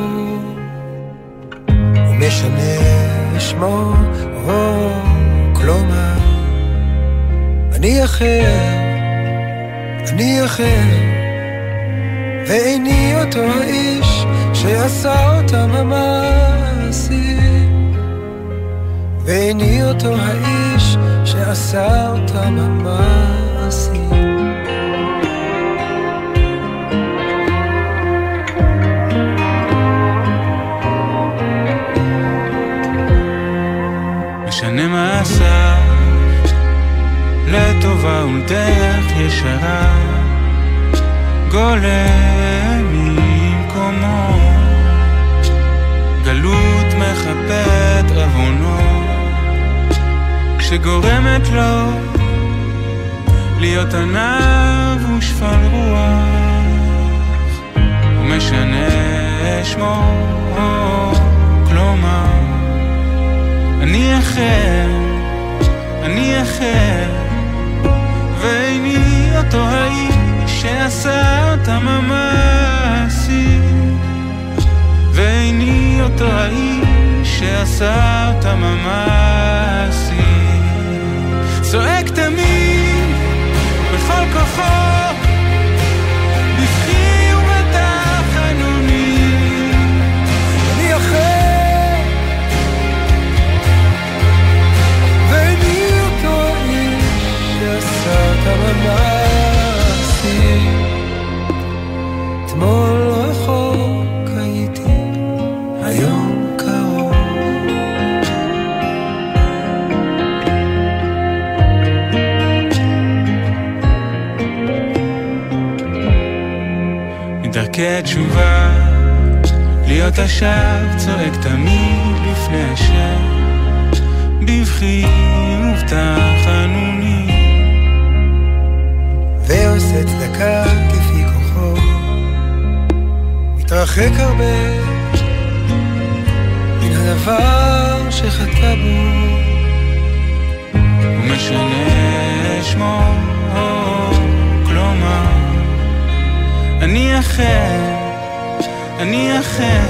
ומשנה שמו או כלומר, אני אחר, אני אחר, ואיני אותו האיש שעשה אותם המעשים, ואיני אותו האיש שעשה אותם המעשים. משנה מה עשה, לטובה ולדרך ישרה, גולם ממקומו, גלות מחפת עוונו, שגורמת לו להיות ענב ושפל רוח, ומשנה שמו, כלומר, אני אחר, אני אחר, ואיני אותו האיש שעשה אותם המעשים, ואיני אותו האיש שעשה אותם המעשים. צועק תמיד בכל כוחו, בבכי ובתחנוני, אני אחר, ואיני אותו איש שעשה אותם המעשים. אתמול רחוק הייתי, היום קרוב, מדרכי התשובה, להיות השב צועק תמיד לפני השם, בבכי ובתחנוני, ועושה צדקה כפי כוחו, מתרחק הרבה מן הדבר שחטא בו, ומשנה שמו, כלומר, אני אחר, אני אחר,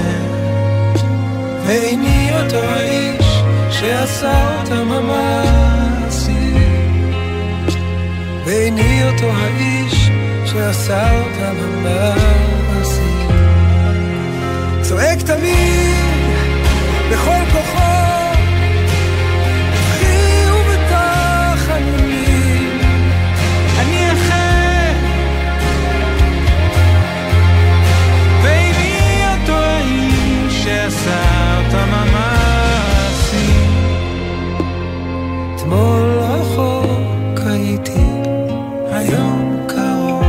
ואיני אותו האיש שעשה אותם המעשים, ואיני אותו האיש שעשה אותם המעשים. צועק תמיד בכל כוחו, בבכי ובתחנוני, אני אחר, ואיני אותו האיש שעשה אותם המעשים. אתמול רחוק הייתי, היום קרוב.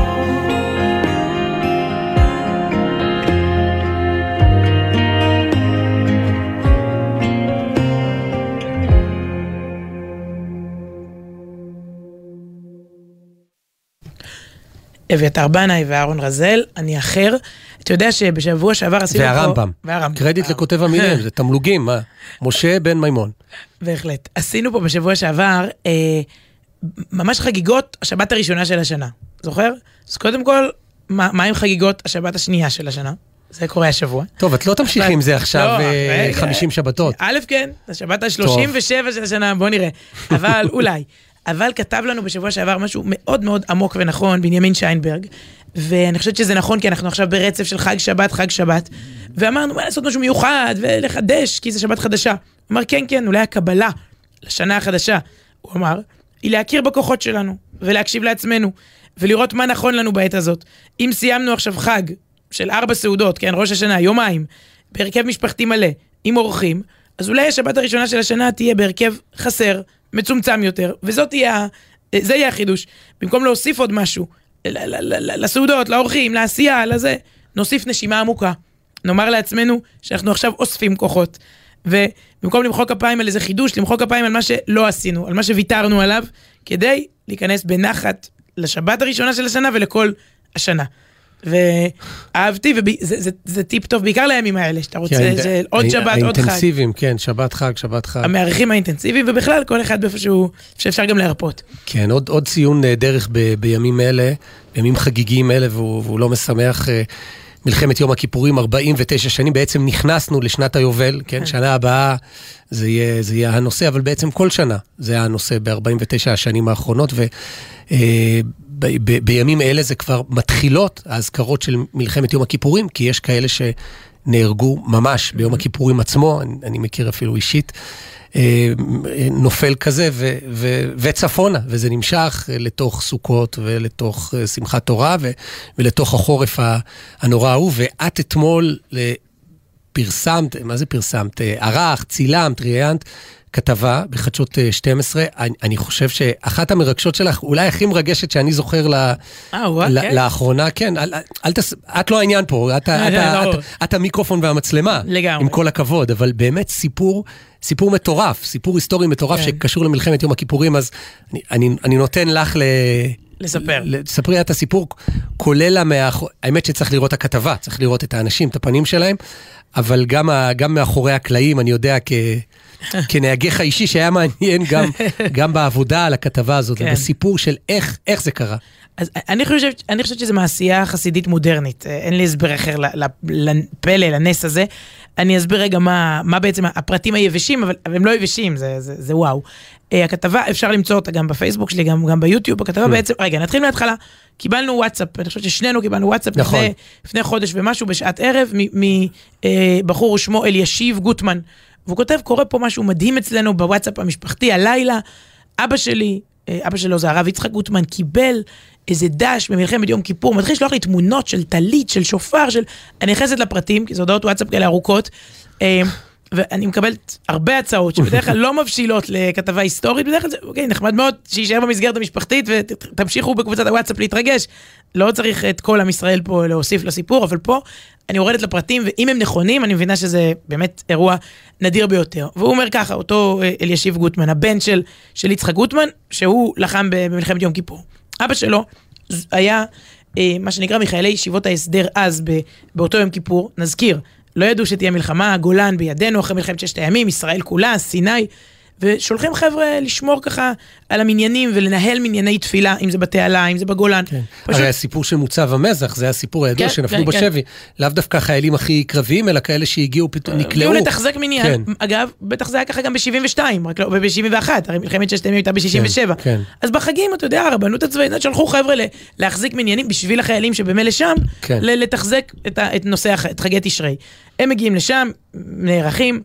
אביתר בנאי ואהרון רזל, אני אחר. אתה יודע שבשבוע שעבר עשינו פה... והרמב"ם. והרמב"ם. קרדיט לכותב המילים, זה תמלוגים, מה? משה בן מימון. בהחלט. עשינו פה בשבוע שעבר אה, ממש חגיגות השבת הראשונה של השנה. זוכר? אז קודם כל, מה, מה עם חגיגות השבת השנייה של השנה? זה קורה השבוע. טוב, את לא תמשיכי עם זה עכשיו חמישים שבתות. א' כן, השבת ה-שלושים ושבע של השנה, בוא נראה. אבל אולי. אבל כתב לנו בשבוע שעבר משהו מאוד מאוד עמוק ונכון, בנימין שיינברג, ואני חושבת שזה נכון, כי אנחנו עכשיו ברצף של חג שבת, חג שבת, ואמרנו, מה לעשות משהו מיוחד, ולחדש, כי זה שבת חדשה. הוא אמר, כן, כן, אולי הקבלה לשנה החדשה, הוא אמר, היא להכיר בכוחות שלנו, ולהקשיב לעצמנו, ולראות מה נכון לנו בעת הזאת. אם סיימנו עכשיו חג של ארבע סעודות, כן, ראש השנה, יומיים, בהרכב משפחתי מלא, עם אורחים, אז אולי השבת הראשונה של השנה תהיה בהרכב חסר, מצומצם יותר, וזאת תהיה, זה יהיה החידוש. במקום להוסיף עוד משהו, לסעודות, לאורחים, לעשייה, לזה, נוסיף נשימה עמוקה. נאמר לעצמנו שאנחנו עכשיו אוספים כוחות, ובמקום למחוא כפיים על איזה חידוש, למחוא כפיים על מה שלא עשינו, על מה שוויתרנו עליו, כדי להיכנס בנחת לשבת הראשונה של השנה ולכל השנה. ואהבתי, וזה טיפ טוב, בעיקר לימים האלה, שאתה רוצה, זה עוד שבת, עוד חג. האינטנסיביים, כן, שבת חג, שבת חג. המערכים האינטנסיביים, ובכלל כל אחד באיפשהו, שאפשר גם להרפות. כן, עוד ציון דרך בימים אלה, בימים חגיגיים אלה, והוא לא משמח, מלחמת יום הכיפורים, ארבעים ותשע שנים, בעצם נכנסנו לשנת היובל, כן, שנה הבאה זה יהיה, זה יהיה הנושא, אבל בעצם כל שנה זה היה הנושא ב-ארבעים ותשע השנים האחרונות, ו... ב- ב- בימים אלה זה כבר מתחילות ההזכרות של מלחמת יום הכיפורים, כי יש כאלה שנהרגו ממש ביום הכיפורים עצמו, אני, אני מכיר אפילו אישית, אה, נופל כזה ו- ו- וצפונה, וזה נמשך לתוך סוכות ולתוך שמחת תורה ו- ולתוך החורף הנורא ההוא, ואת אתמול פרסמת, מה זה פרסמת? ערך, צילמת, ראיינת, כתבה בחדשות שתים עשרה, אני, אני חושב שאחת המרגשות שלך, אולי הכי מרגשת שאני זוכר לה, לה, כן. לאחרונה, כן, אל, אל תס, את לא העניין פה, את, את, את, את, את המיקרופון והמצלמה, לגמרי. עם כל הכבוד, אבל באמת סיפור, סיפור מטורף, סיפור היסטורי מטורף, כן. שקשור למלחמת יום הכיפורים, אז אני, אני, אני נותן לך ל... לספר. לספרי את הסיפור, כולל המאח... האמת שצריך לראות הכתבה, צריך לראות את האנשים, את הפנים שלהם, אבל גם, ה... גם מאחורי הקלעים, אני יודע כ... כנהגך האישי שהיה מעניין גם, גם בעבודה על הכתבה הזאת, כן. ובסיפור של איך, איך זה קרה. אז אני חושבת, אני חושבת שזה מעשייה חסידית מודרנית, אין לי הסבר אחר לפלא, לנס הזה. אני אסביר רגע מה, מה בעצם הפרטים היבשים, אבל הם לא יבשים, זה, זה, זה וואו. הכתבה, אפשר למצוא אותה גם בפייסבוק שלי, גם, גם ביוטיוב, הכתבה בעצם, רגע, נתחיל מההתחלה, קיבלנו וואטסאפ, אני חושבת ששנינו קיבלנו וואטסאפ, נכון. לפני, לפני חודש ומשהו, בשעת ערב, מבחור שמו אלישיב גוטמן, והוא כותב, קורה פה משהו מדהים אצלנו בוואטסאפ המשפחתי, הלילה, אבא שלי, אבא שלו זה הרב יצחק גוטמן, קיבל איזה דש במלחמת יום כיפור, מתחיל לשלוח לי תמונות של טלית, של שופר, של... אני נכנסת לפרטים, כי זה הודעות וואטסאפ כאלה ארוכות, ואני מקבלת הרבה הצעות, שבדרך כלל לא מבשילות לכתבה היסטורית, בדרך כלל זה, אוקיי, נחמד מאוד שישאר במסגרת המשפחתית, ותמשיכו בקבוצת הוואטסאפ להתרגש, לא צריך את כל עם ישראל פה להוסיף לסיפור, אבל פה אני יורדת לפרטים, ואם הם נכונים, אני מבינה שזה באמת אירוע נדיר ביותר. והוא אומר ככה, אותו אלישיב גוטמן, הבן של, של יצחק גוטמן, שהוא לחם במלחמת יום כיפור. אבא שלו היה, מה שנקרא, מחיילי ישיבות ההסדר אז, באותו יום כיפור, נזכיר, לא ידעו שתהיה מלחמה, גולן בידינו, אחרי מלחמת ששת הימים, ישראל כולה, סיני, ושולחים חבר'ה לשמור ככה על המניינים ולנהל מנייני תפילה, אם זה בתעלה, אם זה בגולן. כן. פשוט... הרי הסיפור של מוצב המזח, זה הסיפור הידוע כן, שנפלו כן, בשבי. כן. לאו דווקא החיילים הכי קרביים, אלא כאלה שהגיעו פתאום, נקלעו. הגיעו לתחזק מניין. כן. אגב, בטח זה היה ככה גם ב-שבעים ושתיים, רק לא ב-שבעים ואחת, הרי מלחמת ששת הימים הייתה ב-שישים ושבע. כן, כן. אז בחגים, אתה יודע, הרבנות הצבאית, שלחו חבר'ה להחזיק מניינים בשביל החיילים שבמילא שם, כן. לתחזק את, את נושא, את חגי תשרי. הם מגיעים לשם, נערכים,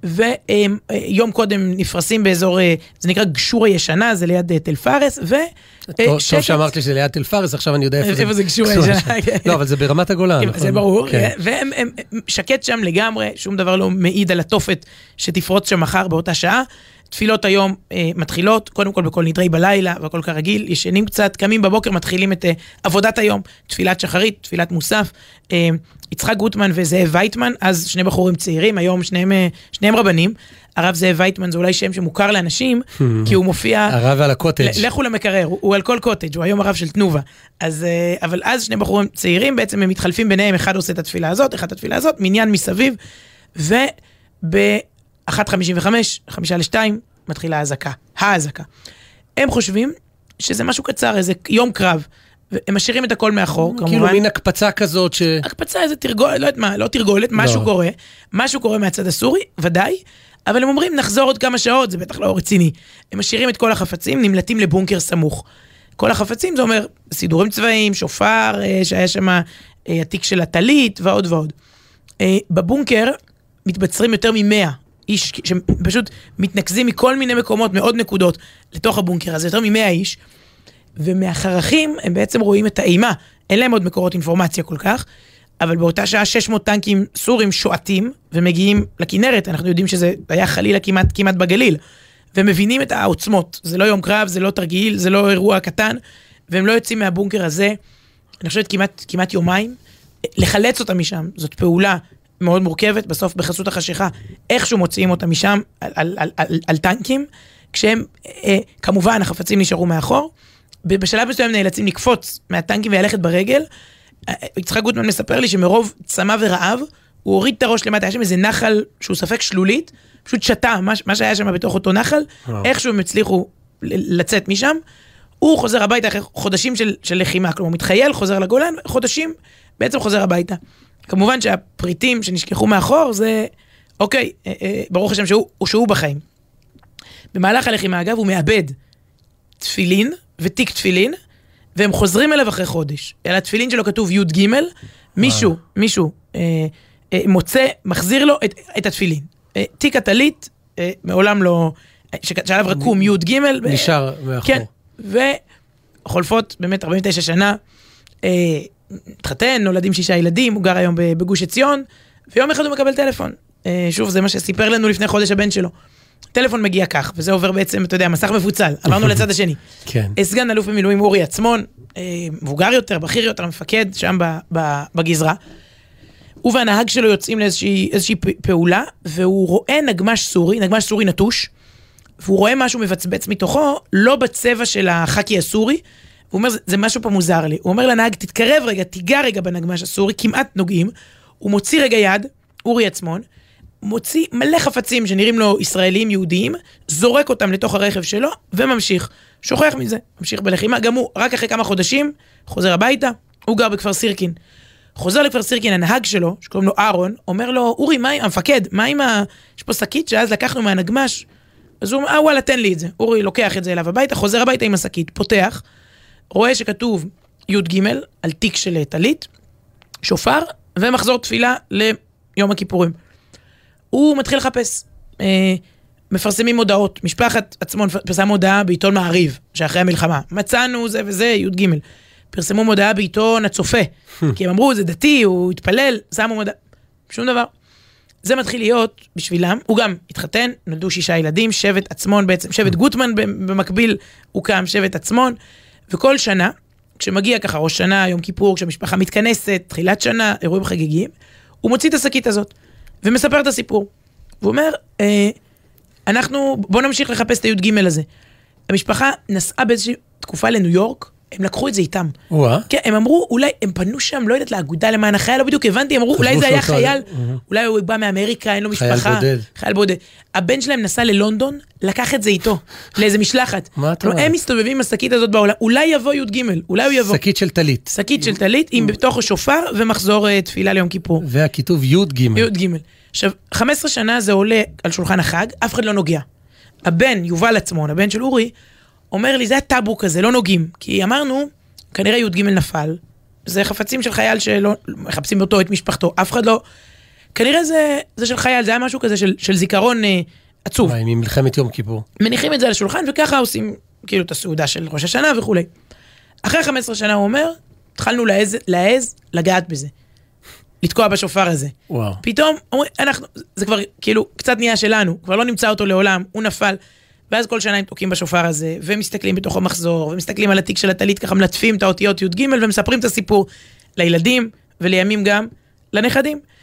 ויום קודם נפרסים באזור, זה נקרא גשור הישנה, זה ליד תל פארס, ו... טוב שאמרת לי שזה ליד תל פארס, עכשיו אני יודע איפה זה. איפה זה גשור הישנה. לא, אבל זה ברמת הגולן. זה ברור, והם שקט שם לגמרי, שום דבר לא מעיד על התופת שתפרוץ שם מחר באותה שעה. תפילות היום אה, מתחילות, קודם כל בכל נדרי בלילה, והכל כרגיל, ישנים קצת, קמים בבוקר, מתחילים את אה, עבודת היום, תפילת שחרית, תפילת מוסף, אה, יצחק גוטמן וזאב וייטמן, אז שני בחורים צעירים, היום שניהם, אה, שניהם רבנים, הרב זאב וייטמן, זה אולי שם שמוכר לאנשים, כי הוא מופיע... הרב על הקוטג'. לכו למקרר, הוא, הוא על כל קוטג', הוא היום הרב של תנובה. אז, אבל אז שני בחורים צעירים, בעצם הם מתחלפים ביניהם, אחד עושה את התפילה הזאת, אחד את התפילה הזאת, מניין מסביב, וב-אחת חמישים וחמש, חמישה לשתיים, מתחילה ההזקה, ההזקה. הם חושבים שזה משהו קצר, איזה יום קרב, והם משאירים את הכל מאחור, כמובן. כאילו מין הקפצה כזאת ש... הקפצה, איזה תרגולת, לא יודעת מה, לא תרגולת, משהו קורה, משהו קורה מהצד הסורי, ודאי, אבל הם אומרים, נחזור עוד כמה שעות, זה בטח לא רציני. הם משאירים את כל החפצים, נמלטים לבונקר סמוך. כל החפצים, זה אומר, סידורים צבאיים, שופר, שהיה שם התיק של הטלית, ועוד ועוד. בבונקר מתבצרים יותר ממאה איש, שפשוט מתנקזים מכל מיני מקומות, מאוד נקודות, לתוך הבונקר הזה, יותר ממאה איש, ומהחרכים הם בעצם רואים את האימה, אין להם עוד מקורות אינפורמציה כל כך, אבל באותה שעה שש מאות טנקים סורים שועטים, ומגיעים לכנרת, אנחנו יודעים שזה היה חלילה כמעט, כמעט בגליל, ומבינים את העוצמות, זה לא יום קרב, זה לא תרגיל, זה לא אירוע קטן, והם לא יוצאים מהבונקר הזה, אני חושבת כמעט, כמעט יומיים, לחלץ אותם משם, זאת פעולה מאוד מורכבת, בסוף בחסות החשיכה, איכשהו מוציאים אותם משם על, על, על, על, על טנקים, כשהם, אה, כמובן, החפצים נשארו מאחור, בשלב מסוים נאלצים לקפוץ מהטנקים וללכת ברגל. יצחק גוטמן מספר לי שמרוב צמא ורעב, הוא הוריד את הראש למטה, היה שם איזה נחל שהוא ספק שלולית, פשוט שתה, מה, מה שהיה שם בתוך אותו נחל, איכשהו הם הצליחו לצאת משם, הוא חוזר הביתה אחרי חודשים של, של לחימה, כלומר מתחייל, חוזר לגולן, חודשים בעצם חוזר הביתה. כמובן שהפריטים שנשכחו מאחור זה, אוקיי, אה, אה, ברוך השם שהוא, שהוא בחיים. במהלך הלחימה אגב הוא מאבד תפילין, ותיק תפילין, והם חוזרים אליו אחרי חודש. על התפילין שלו כתוב י' ג', מישהו, מישהו, אה, אה, מוצא, מחזיר לו את, את התפילין. אה, תיק הטלית, אה, מעולם לא, שעליו רקום י' ג', נשאר מאחור. כן, וחולפות באמת ארבעים ותשע שנה, אה, התחתן, נולדים שישה ילדים, הוא גר היום בגוש עציון, ויום אחד הוא מקבל טלפון. אה, שוב, זה מה שסיפר לנו לפני חודש הבן שלו. טלפון מגיע כך, וזה עובר בעצם, אתה יודע, מסך מפוצל, עברנו לצד השני. כן. סגן אלוף במילואים אורי עצמון, מבוגר יותר, בכיר יותר, מפקד שם בגזרה, הוא והנהג שלו יוצאים לאיזושהי פעולה, והוא רואה נגמש סורי, נגמש סורי נטוש, והוא רואה משהו מבצבץ מתוכו, לא בצבע של החקי הסורי, הוא אומר, זה משהו פה מוזר לי. הוא אומר לנהג, תתקרב רגע, תיגע רגע בנגמש הסורי, כמעט נוגעים, הוא מוציא רגע יד, אורי עצמון, מוציא מלא חפצים שנראים לו ישראלים יהודיים, זורק אותם לתוך הרכב שלו, וממשיך. שוכח מזה, ממשיך בלחימה. גם הוא, רק אחרי כמה חודשים, חוזר הביתה, הוא גר בכפר סירקין. חוזר לכפר סירקין, הנהג שלו, שקוראים לו אהרון, אומר לו, אורי, מה, המפקד, מה עם ה... יש פה שקית שאז לקחנו מהנגמש. אז הוא אומר, אה, וואלה, תן לי את זה. אורי לוקח את זה אליו הביתה, חוזר הביתה עם השקית, פותח, רואה שכתוב י' ג' על תיק של טלית, שופר, ומחזור תפילה ליום הכיפורים. הוא מתחיל לחפש, אה, מפרסמים מודעות, משפחת עצמון פרסם מודעה בעיתון מעריב, שאחרי המלחמה, מצאנו זה וזה, י' ג' פרסמו מודעה בעיתון הצופה, כי הם אמרו, זה דתי, הוא התפלל, שמו מודעה, שום דבר. זה מתחיל להיות בשבילם, הוא גם התחתן, נולדו שישה ילדים, שבט עצמון בעצם, שבט גוטמן במקביל, הוא קם שבט עצמון, וכל שנה, כשמגיע ככה ראש שנה, יום כיפור, כשהמשפחה מתכנסת, תחילת שנה, אירועים חגיגיים, הוא מוציא את השקית הזאת, ומספר את הסיפור. והוא אומר, אה, אנחנו, בוא נמשיך לחפש את הי' ג' הזה. המשפחה נסעה באיזושהי תקופה לניו יורק, הם לקחו את זה איתם. וואה. כן, הם אמרו, אולי, הם פנו שם, לא יודעת, לאגודה למען החייל, לא בדיוק הבנתי, הם אמרו, אולי זה היה חייל, אולי הוא בא מאמריקה, אין לו משפחה. חייל בודד. חייל בודד. הבן שלהם נסע ללונדון, לקח את זה איתו, לאיזה משלחת. מה אתה אומר? הם מסתובבים עם השקית הזאת בעולם, אולי יבוא י' ג', אולי הוא יבוא. שקית של טלית. שקית של טלית, עם בתוך השופר, ומחזור תפילה ליום כיפור. והכיתוב י' ג'. י' ג'. עכשיו, חמש עשרה שנה זה עולה על שולחן החג, אף אחד לא נוגע. הבן, יובל עצמון, הבן של אורי, אומר לי, זה הטאבו כזה, לא נוגעים. כי אמרנו, כנראה י' ג' נפל, זה חפצים של חייל שלא, מחפשים אותו, את משפחתו, אף אחד לא, כנראה זה, זה של חייל, זה היה משהו כזה של, של זיכרון אה, עצוב. וואי, ממלחמת יום כיפור. מניחים את זה על השולחן, וככה עושים, כאילו, את הסעודה של ראש השנה וכו'. אחרי חמש עשרה שנה הוא אומר, התחלנו להעז, להעז, לגעת בזה. לתקוע בשופר הזה. וואו. פתאום, אומרים, אנחנו, זה כבר, כאילו, קצת נהיה שלנו, כבר לא נמצא אותו לעולם, הוא נפל, ואז כל שנה הם תוקעים בשופר הזה, ומסתכלים בתוך המחזור, ומסתכלים על התיק של הטלית, ככה מלטפים את האותיות י' ג' ומספרים את הסיפור לילדים, ולימים גם לנכדים.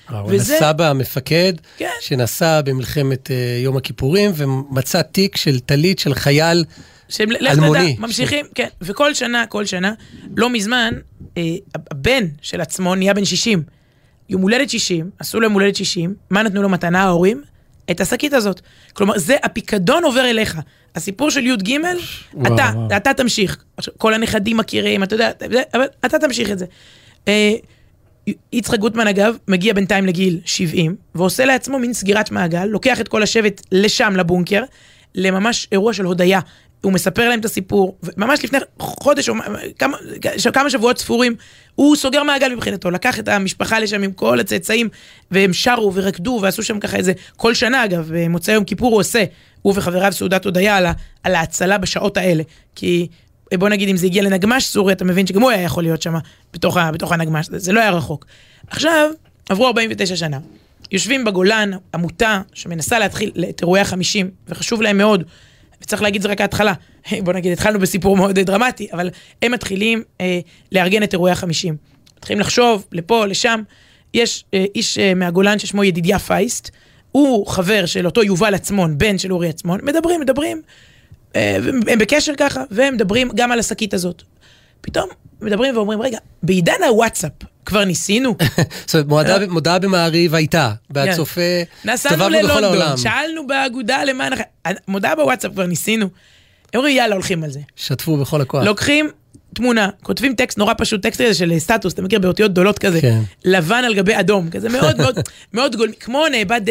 הוא הסבא המפקד, שנסע במלחמת יום הכיפורים, ומצא תיק של טלית של חייל אלמוני. ממשיכים, כן. וכל שנה, כל שנה, לא מזמן, הבן של עצמו נהיה בן שישים. יום הולדת שישים, עשו לו יום הולדת שישים, מה נתנו לו מתנה ההורים? את השקית הזאת. כלומר, זה הפיקדון עובר אליך. הסיפור של י' ג', אתה, אתה תמשיך. כל הנכדים מכירים, אתה יודע, אבל אתה תמשיך את זה. יצחק גוטמן, אגב, מגיע בינתיים לגיל שבעים, ועושה לעצמו מין סגירת מעגל, לוקח את כל השבט לשם, לבונקר, לממש אירוע של הודיה. הוא מספר להם את הסיפור, וממש לפני חודש, או כמה, כמה שבועות ספורים, הוא סוגר מעגל מבחינתו, לקח את המשפחה לשם עם כל הצאצאים, והם שרו ורקדו, ועשו שם ככה איזה, כל שנה אגב, במוצאי יום כיפור הוא עושה, הוא וחבריו סעודת הודיה על, על ההצלה בשעות האלה, כי בוא נגיד אם זה הגיע לנגמש סורי, אתה מבין שגם הוא היה יכול להיות שם, בתוך, בתוך הנגמש, זה, זה לא היה רחוק. עכשיו, עברו ארבעים ותשע שנה, יושבים בגולן, עמותה שמנסה להתחיל את אירועי החמישים, וחשוב להם מאוד, וצריך להגיד זה רק ההתחלה, בוא נגיד, התחלנו בסיפור מאוד דרמטי, אבל הם מתחילים אה, לארגן את אירועי החמישים. מתחילים לחשוב, לפה, לשם, יש אה, איש אה, מהגולן ששמו ידידיה פייסט, הוא חבר של אותו יובל עצמון, בן של אורי עצמון, מדברים, מדברים, אה, הם בקשר ככה, והם מדברים גם על השקית הזאת. פתאום מדברים ואומרים, רגע, בעידן הוואטסאפ, כבר ניסינו. זאת אומרת, מודעה במעריב הייתה, בהצופה, נסענו ללונדון, שאלנו באגודה למען, מודעה בוואטסאפ כבר ניסינו. הם אומרים, יאללה, הולכים על זה. שתפו בכל הכוח. לוקחים תמונה, כותבים טקסט נורא פשוט, טקסט כזה של סטטוס, אתה מכיר באותיות גדולות כזה, לבן על גבי אדום, כזה מאוד מאוד, מאוד גול, כמו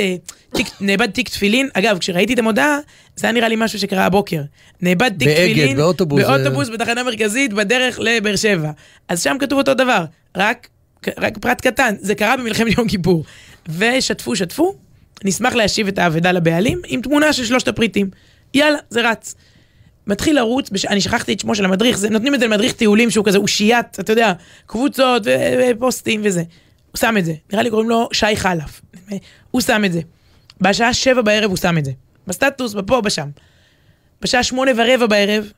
נאבד תיק תפילין. אגב, כשראיתי את המודעה, זה היה נראה לי משהו שקרה הבוקר. נאבד תיק תפילין, באוטובוס, בתחנה מרכזית, בדרך לבאר שבע. אז שם כתוב אותו דבר, רק רק פרט קטן, זה קרה במלחמת יום כיפור. ושתפו, שתפו, נשמח להשיב את העבודה לבעלים, עם תמונה של שלושת הפריטים. יאללה, זה רץ. מתחיל לרוץ, בש... אני שכחתי את שמו של המדריך, זה, נותנים את זה למדריך טיולים שהוא כזה, הוא שיית, אתה יודע, קבוצות ופוסטים וזה. הוא שם את זה, נראה לי קוראים לו שי חלף. הוא שם את זה. בשעה שבע בערב הוא שם את זה. בסטטוס, בפה, בשם. בשעה שמונה ורבע בערב,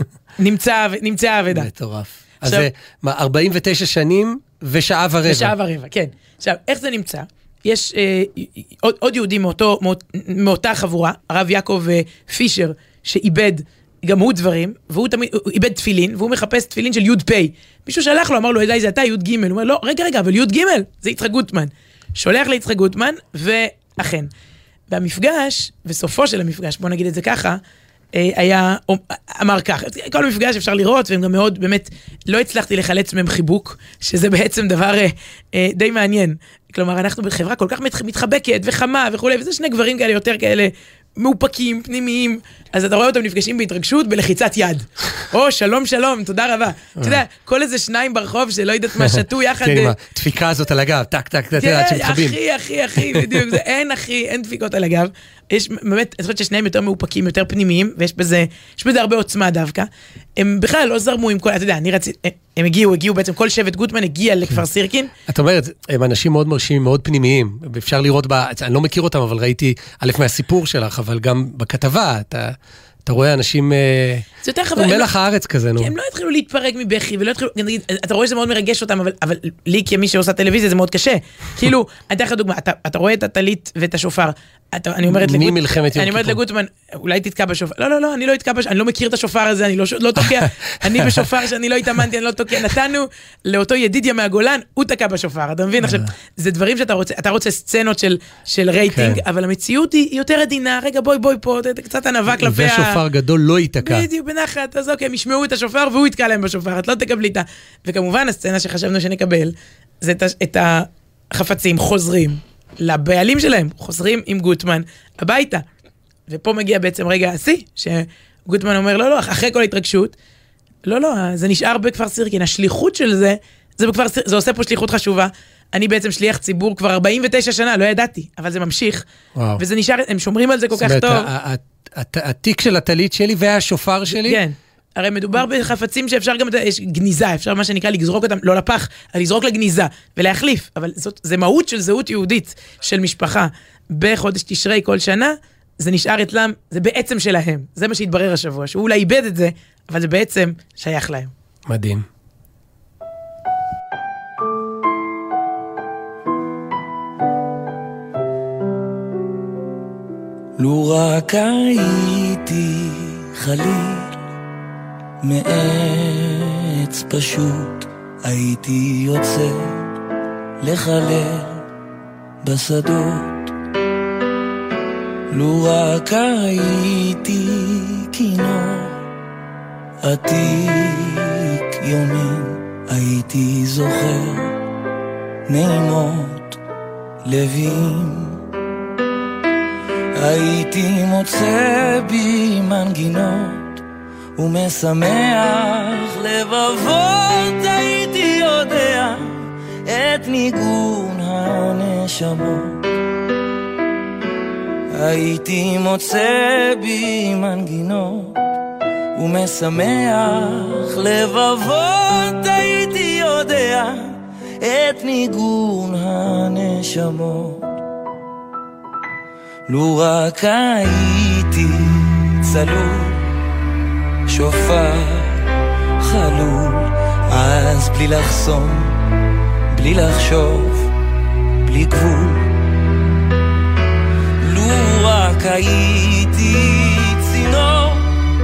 נמצא, נמצא העבודה. מטורף. אז זה, מה, ארבעים ותשע שנים ושעה ורבע. ושעה ורבע, כן. עכשיו, איך זה נמצא? יש אה, עוד, עוד יהודים מאותו, מאות, מאותה חבורה, הרב יעקב אה, פישר, שאיבד גם הוא דברים, והוא תמיד, הוא איבד תפילין, והוא מחפש תפילין של יוד פי. מישהו שלח לו, אמר לו, אלי, זה אתה יוד ג', הוא אומר, לא, רגע, רגע, אבל יוד ג', זה יצחק גוטמן. שולח ליצחק גוטמן, ואכן. והמפגש, וסופו של המפגש, בוא נגיד את זה ככה, היה, אמר כך, כל המפגש אפשר לראות, והם גם מאוד, באמת, לא הצלחתי לחלץ מהם חיבוק, שזה בעצם דבר די מעניין. כלומר, אנחנו בחברה כל כך מתחבקת וחמה וכולי, וזה שני גברים כאלה, יותר כאלה, מאופקים, פנימיים, אז אתה רואה אותם נפגשים בהתרגשות, בלחיצת יד. או, שלום, שלום, תודה רבה. אתה יודע, כל איזה שניים ברחוב שלא יודעת מה, שתו יחד. כן, עם הדפיקה הזאת על הגב, טק, טק, טק, עד שמתחבים. אחי, אחי, אחי, בדיוק, אין אחי, אין דפיקות על הגב. יש, באמת, אני חושבת ששניהם יותר מאופקים, יותר פנימיים, ויש בזה, יש בזה הרבה עוצמה דווקא. הם בכלל לא זרמו עם כל, אתה יודע, אני רציתי, הם הגיעו, הגיעו בעצם, כל שבט גוטמן הגיע לכפר סירקין. את אומרת, הם אנשים מאוד מרשימים, מאוד פנימיים, אפשר לראות בה, אני לא מכיר אותם, אבל ראיתי, א' מהסיפור שלך, אבל גם בכתבה, אתה, אתה רואה אנשים, זה יותר חבל, מלח הארץ כזה, נו. הם לא התחילו להתפרק מבכי, ולא התחילו, נגיד, אתה רואה שזה מאוד מרגש אותם, אבל, אבל לי כמי שעושה טלוויזיה זה מאוד קשה. כאילו, אני אתן לך דוגמה, אתה, אתה רואה את הטלית ואת השופר, אתה, אני אומרת לגוט, מלחמת יום אני אומרת לגוטמן, אולי תתקע בשופר, לא, לא, לא, אני לא אתקע בשופר, אני לא מכיר את השופר הזה, אני לא, לא תוקע, אני בשופר שאני לא התאמנתי, אני לא תוקע, נתנו לאותו ידידיה מהגולן, הוא תקע בשופר, אתה מבין? עכשיו, זה דברים שאתה רוצה, אתה רוצה סצנות של, של רייטינג, אבל המציאות היא יותר עדינה, רגע, בואי, בואי פה, קצת ענווה כלפי ה... ושופר גדול לא ייתקע. בדיוק, בנחת, אז אוקיי, הם ישמעו את השופר והוא יתקע להם בשופר, את לא תקבלי את ה... וכמובן, הסצנה שחשבנו שנקבל, זה את החפצים חוזרים לבעלים שלהם, חוזרים עם גוטמן הביתה. ופה מגיע בעצם רגע השיא, שגוטמן אומר, לא, לא, אחרי כל ההתרגשות, לא, לא, זה נשאר בכפר סירקין, השליחות של זה, זה בכפר סירקין, זה עושה פה שליחות חשובה, אני בעצם שליח ציבור כבר ארבעים ותשע שנה, לא ידעתי, אבל זה ממשיך, וואו. וזה נשאר, הם שומרים על זה כל כך טוב. התיק של הטלית שלי והשופר שלי? כן. הרי מדובר בחפצים שאפשר גם, יש גניזה, אפשר מה שנקרא לגזרוק אותם, לא לפח, אבל לגזרוק לגניזה ולהחליף, אבל זאת, זה מהות של זהות יהודית של משפחה בחודש תשרי כל שנה, זה נשאר אצלם, זה בעצם שלהם, זה מה שהתברר השבוע, שהוא אולי איבד את זה, אבל זה בעצם שייך להם. מדהים. לו רק הייתי חליל מעץ פשוט, הייתי יוצא לחלל בשדות. לו רק הייתי כינור עתיק יומים, הייתי זוכר נעימות לבים. הייתי מוצא בי מנגינות ומשמח לבבות, הייתי יודע את ניגון הנשמות. הייתי מוצא בי מנגינות ומשמח לבבות, הייתי יודע את ניגון הנשמות. לו רק הייתי צלול שופר חלול, אז בלי לחסום, בלי לחשוב, בלי גבול. לו רק הייתי צינור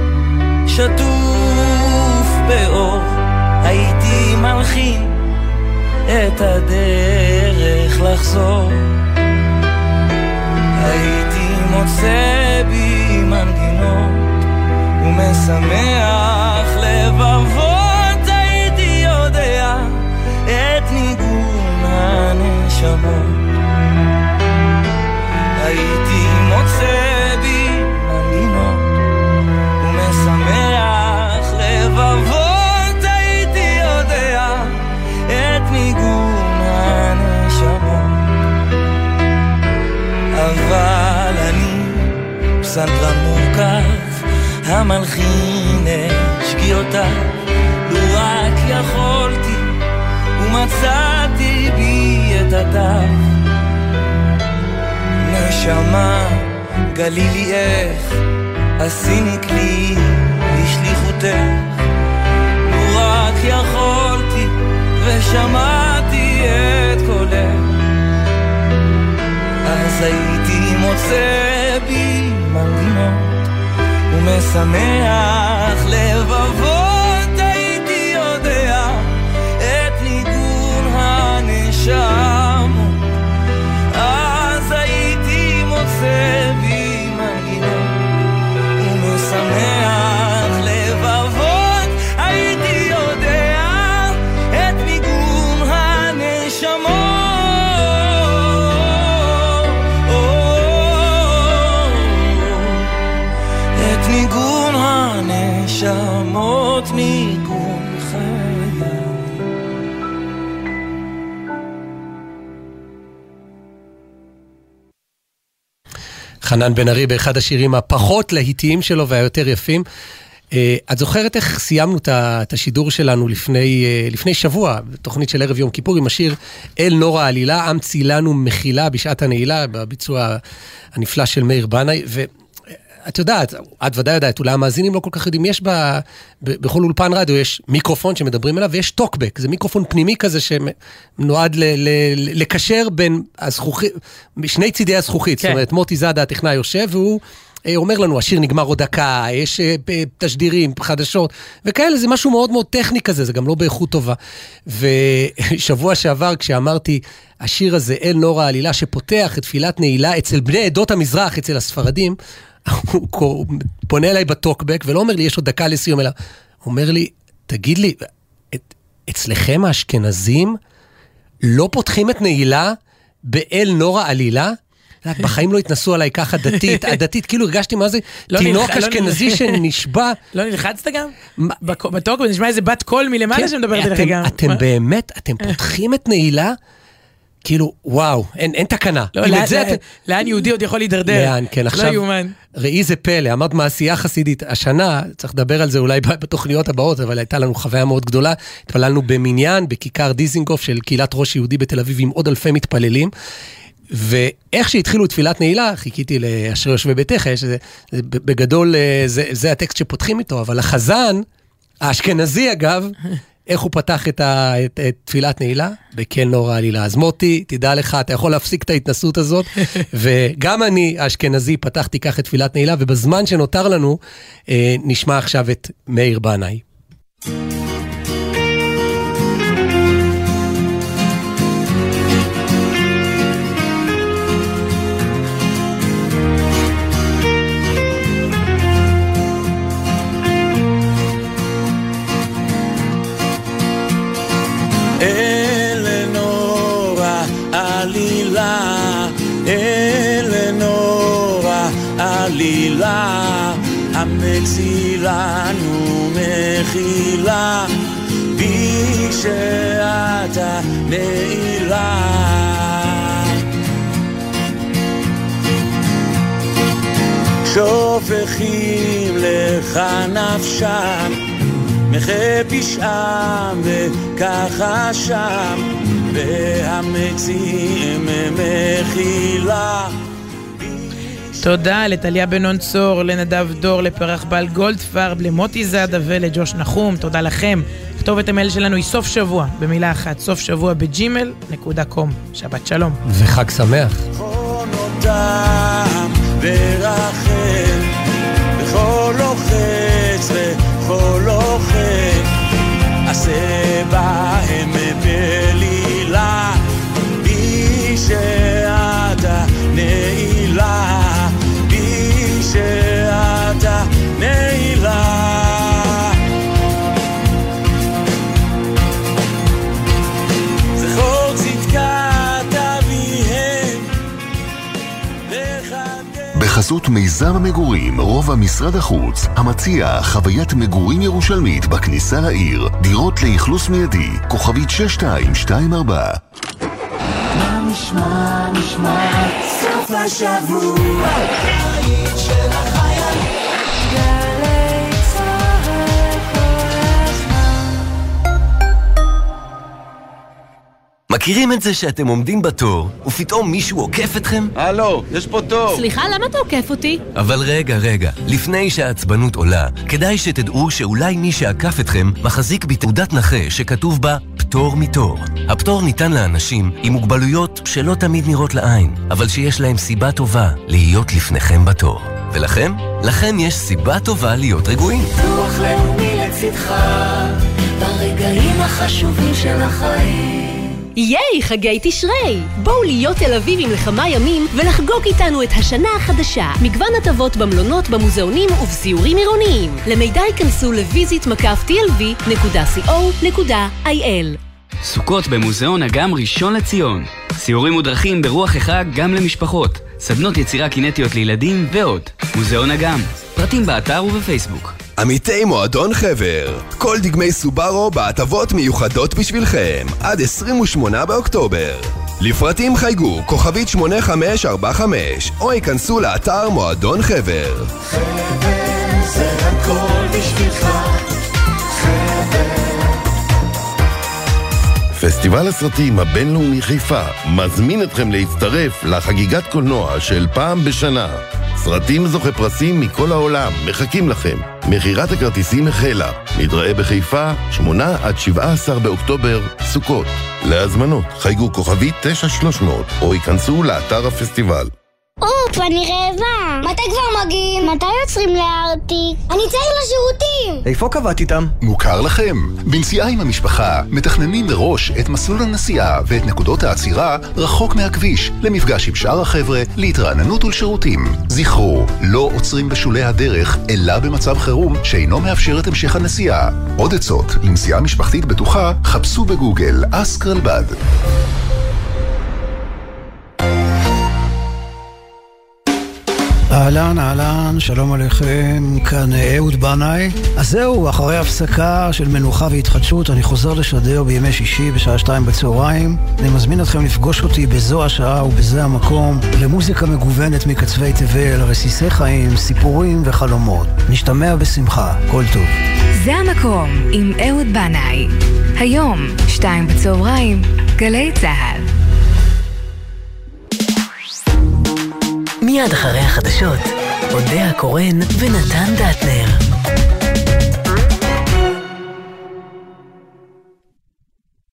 שטוף באור, הייתי מלחין את הדרך לחזור. הייתי מוצא בי מנגינות ומשמח לבבות, הייתי יודע את ניגון הנשמות. הייתי מוצא בי מנגינות ומשמח לבבות, הייתי יודע את ניגון הנשמות. אבל אני פסנתרן מורכב המלחין את שגיאותיו, לו רק יכולתי ומצאתי בי את התו. נשמה גלילי איך עשיני כלי לשליחותך, לו רק יכולתי ושמעתי את קולך, אז הייתי מוצא בי מנגינות ומשמח לבבות, הייתי יודע את ניגון הנשמות. אז הייתי מוצא בי מנגינות ומשמח לבבות, הייתי יודע את ניגון הנשמות. ניגון הנשמות, ניגון חיי. חנן בן ארי באחד השירים הפחות להיטיים שלו והיותר יפים. את זוכרת איך סיימנו את השידור שלנו לפני, לפני שבוע, תוכנית של ערב יום כיפור, עם השיר אל נורא עלילה, עם צילנו מחילה בשעת הנעילה, בביצוע הנפלא של מאיר בנאי, ו... את יודעת, את ודאי יודעת, אולי המאזינים לא כל כך יודעים, יש ב, ב, בכל אולפן רדיו, יש מיקרופון שמדברים עליו, ויש טוקבק, זה מיקרופון פנימי כזה שנועד ל, ל, ל, לקשר בין הזכוכית, שני צידי הזכוכית, כן. זאת אומרת, מוטי זאדה, הטכנאי יושב, והוא אומר לנו, השיר נגמר עוד דקה, יש תשדירים, חדשות, וכאלה, זה משהו מאוד מאוד טכני כזה, זה גם לא באיכות טובה. ושבוע שעבר, כשאמרתי, השיר הזה, אל נורא עלילה, שפותח את תפילת נעילה אצל בני עדות המזרח, אצל הספרדים, הוא פונה אליי בטוקבק, ולא אומר לי, יש עוד דקה לסיום, אלא הוא אומר לי, תגיד לי, את, אצלכם האשכנזים לא פותחים את נעילה באל נורא עלילה? בחיים לא התנסו עליי ככה דתית, הדתית, כאילו הרגשתי מה זה, תינוק אשכנזי שנשבע. לא נלחצת גם? בטוקבק נשמע איזה בת קול מלמעלה שמדברת עליך גם. אתם באמת, אתם פותחים את נעילה, כאילו, וואו, אין, אין תקנה. לא, לאן, לאן, את... לאן יהודי עוד יכול להידרדר? לאן, כן, עכשיו, לא יומן. ראי זה פלא, אמרת מעשייה חסידית, השנה, צריך לדבר על זה אולי בתוכניות הבאות, אבל הייתה לנו חוויה מאוד גדולה, התפללנו במניין, בכיכר דיזינגוף של קהילת ראש יהודי בתל אביב, עם עוד אלפי מתפללים, ואיך שהתחילו תפילת נעילה, חיכיתי לאשר יושבי ביתך, שזה, בגדול זה, זה הטקסט שפותחים איתו, אבל החזן, האשכנזי אגב, איך הוא פתח את, ה, את, את תפילת נעילה? בכן נורא עלילה. אז מוטי, תדע לך, אתה יכול להפסיק את ההתנסות הזאת, וגם אני, האשכנזי, פתחתי כך את תפילת נעילה, ובזמן שנותר לנו, אה, נשמע עכשיו את מאיר בנאי. אלנורה עלילה, אלנורה עלילה, המצילנו מחילה, בי שאתה נעילה. שופכים לך נפשם, מחי פשעם וככה שם, והמציעים מחילה. תודה לטליה בנון צור, לנדב דור, לפרח בל גולדפרב, למוטי זאדה ולג'וש נחום. תודה לכם. כתובת המייל שלנו היא סוף שבוע, במילה אחת, סוף שבוע בג'ימל נקודה קום. שבת שלום. וחג שמח. חונותם ורחם, בכל לוחץ וכל לוחם, עשה בהם בלילה, בי שאתה נעילה, בי שאתה נעילה. זכור צדקת אביהם בחסות מיזם המגורים רובע משרד החוץ, המציע חוויית מגורים ירושלמית בכניסה לעיר, דירות לאכלוס מיידי, כוכבית שש שתיים שתיים ארבע. מה נשמע, נשמע, סוף השבוע, העיר של החייל, גלי צהל כל הזמן. מכירים את זה שאתם עומדים בתור, ופתאום מישהו עוקף אתכם? הלו, יש פה תור. סליחה, למה אתה עוקף אותי? אבל רגע, רגע, לפני שהעצבנות עולה, כדאי שתדעו שאולי מי שעקף אתכם מחזיק בתעודת נכה שכתוב בה פטור מתור. הפטור ניתן לאנשים עם מוגבלויות שלא תמיד נראות לעין, אבל שיש להם סיבה טובה להיות לפניכם בתור. ולכם? לכם יש סיבה טובה להיות רגועים. רוח לאומי לצדך, ברגעים החשובים של החיים. ייי, חגי תשרי! בואו להיות תל אביבים לכמה ימים ולחגוג איתנו את השנה החדשה. מגוון הטבות במלונות, במוזיאונים ובסיורים עירוניים. למידע ייכנסו לויזית מקף טי אל וי נקודה סי או נקודה איי אל. סוכות במוזיאון אגם ראשון לציון. סיורים ודרכים ברוח החג גם למשפחות. סדנות יצירה קינטיות לילדים ועוד. מוזיאון אגם. פרטים באתר ובפייסבוק. עמיתי מועדון חבר, כל דגמי סובארו בהטבות מיוחדות בשבילכם, עד עשרים ושמונה באוקטובר. לפרטים חייגו כוכבית שמונה חמש ארבע חמש, או ייכנסו לאתר מועדון חבר. חבר זה הכל בשבילך, חבר. פסטיבל הסרטים הבינלאומי חיפה מזמין אתכם להצטרף לחגיגת קולנוע של פעם בשנה. סרטים זוכי פרסים מכל העולם מחכים לכם. מחירת הכרטיסים החלה. נתראה בחיפה שמונה עד שבעה עשר באוקטובר, סוכות. להזמנות חייגו כוכבית תשע שלוש מאות או ייכנסו לאתר הפסטיבל. אופ, אני רעבה. מתי כבר מגיעים? מתי יוצרים לארטיק? אני צריך לשירותים. איפה קבעת איתם? מוכר לכם. בנסיעה עם המשפחה מתכננים מראש את מסלול הנסיעה ואת נקודות העצירה רחוק מהכביש, למפגש עם שאר החבר'ה, להתרעננות ולשירותים. זכרו, לא עוצרים בשולי הדרך, אלא במצב חירום שאינו מאפשר את המשך הנסיעה. עוד עצות לנסיעה משפחתית בטוחה, חפשו בגוגל אסק רלב"ד. אהלן, אהלן, שלום עליכם, כאן אהוד בנאי. אז זהו, אחרי הפסקה של מנוחה והתחדשות, אני חוזר לשדר בימי שישי בשעה שתיים בצהריים. אני מזמין אתכם לפגוש אותי בזו השעה ובזה המקום, למוזיקה מגוונת מקצווי תבל, רסיסי חיים, סיפורים וחלומות. נשתמע בשמחה, כל טוב. זה המקום עם אהוד בנאי. היום, שתיים בצהריים, גלי צהל. מיד אחרי החדשות, אודיה קורן ונתן דטנר.